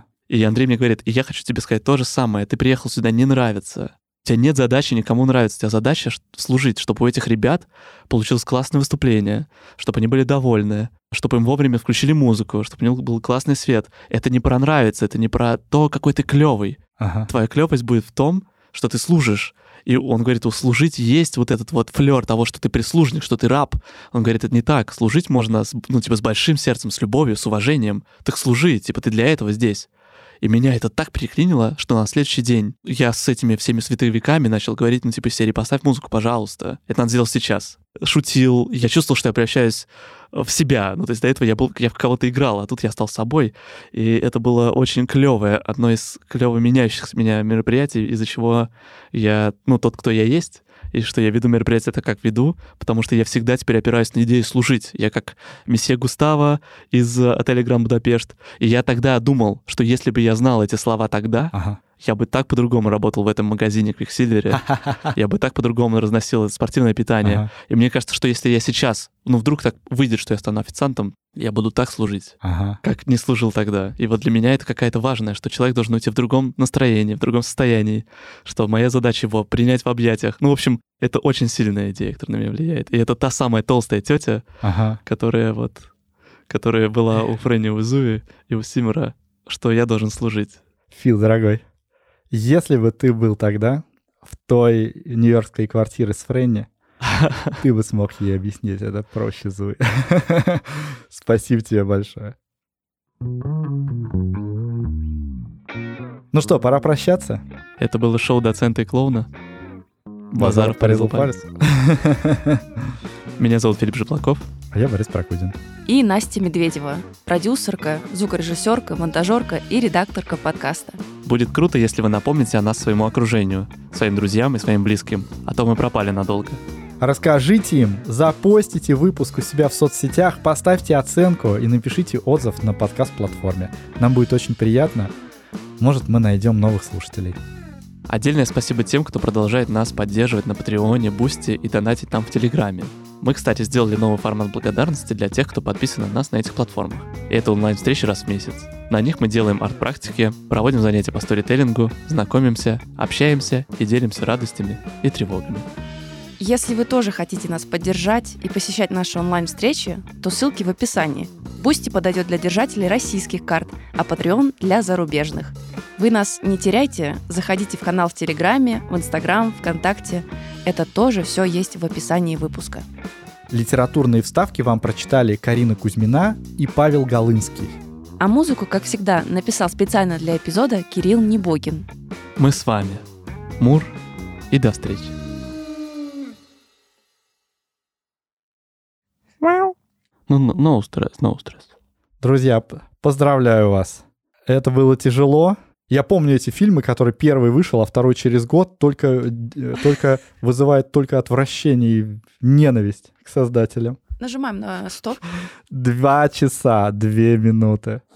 И Андрей мне говорит: и я хочу тебе сказать то же самое, ты приехал сюда не нравиться. У тебя нет задачи никому нравиться, у тебя задача служить, чтобы у этих ребят получилось классное выступление, чтобы они были довольны, чтобы им вовремя включили музыку, чтобы у них был классный свет. Это не про нравиться, это не про то, какой ты клевый. Твоя клевость будет в том, что ты служишь. И он говорит, служить есть вот этот вот флёр того, что ты прислужник, что ты раб. Он говорит, это не так. Служить можно, с большим сердцем, с любовью, с уважением. Так служи, ты для этого здесь. И меня это так переклинило, что на следующий день я с этими всеми световиками начал говорить, серии «поставь музыку, пожалуйста». Это надо сделать сейчас. Шутил. Я чувствовал, что я превращаюсь в себя. До этого я в кого-то играл, а тут я стал собой. И это было очень клевое, одно из клево меняющих меня мероприятий, из-за чего я, тот, кто я есть, и что я веду мероприятие, это как веду, потому что я всегда теперь опираюсь на идею служить. Я как месье Густаво из отеля Гранд Будапешт. И я тогда думал, что если бы я знал эти слова тогда, я бы так по-другому работал в этом магазине Квиксильвере, я бы так по-другому разносил спортивное питание. И мне кажется, что если я сейчас, вдруг так выйдет, что я стану официантом, я буду так служить, как не служил тогда. И вот для меня это какая-то важная, что человек должен уйти в другом настроении, в другом состоянии, что моя задача его принять в объятиях. В общем, это очень сильная идея, которая на меня влияет. И это та самая толстая тетя, которая была у Фрэнни Уизуи и у Симмера, что я должен служить. Фил, дорогой, если бы ты был тогда в той нью-йоркской квартире с Фрэнни, ты бы смог ей объяснить это проще Зуи. Спасибо тебе большое. Ну что, пора прощаться? Это было шоу доцента и клоуна. Базаров порезал палец. Меня зовут Филипп Жеплаков. А я Борис Прокудин. И Настя Медведева, продюсерка, звукорежиссерка, монтажерка и редакторка подкаста. Будет круто, если вы напомните о нас своему окружению, своим друзьям и своим близким, а то мы пропали надолго. Расскажите им, запостите выпуск у себя в соцсетях, поставьте оценку и напишите отзыв на подкаст-платформе. Нам будет очень приятно. Может, мы найдем новых слушателей. Отдельное спасибо тем, кто продолжает нас поддерживать на Патреоне, Бусти и донатить там в Телеграме. Мы, кстати, сделали новый формат благодарности для тех, кто подписан на нас на этих платформах. И это онлайн-встречи раз в месяц. На них мы делаем арт-практики, проводим занятия по сторителлингу, знакомимся, общаемся и делимся радостями и тревогами. Если вы тоже хотите нас поддержать и посещать наши онлайн-встречи, то ссылки в описании. Бусти подойдет для держателей российских карт, а Patreon для зарубежных. Вы нас не теряйте, заходите в канал в Телеграме, в Инстаграм, ВКонтакте. Это тоже все есть в описании выпуска. Литературные вставки вам прочитали Карина Кузьмина и Павел Голынский. А музыку, как всегда, написал специально для эпизода Кирилл Небогин. Мы с вами. Мур и до встречи. No stress. Друзья, поздравляю вас. Это было тяжело. Я помню эти фильмы, которые первый вышел, а второй через год, только вызывает только отвращение и ненависть к создателям. Нажимаем на стоп. 2 часа, 2 минуты.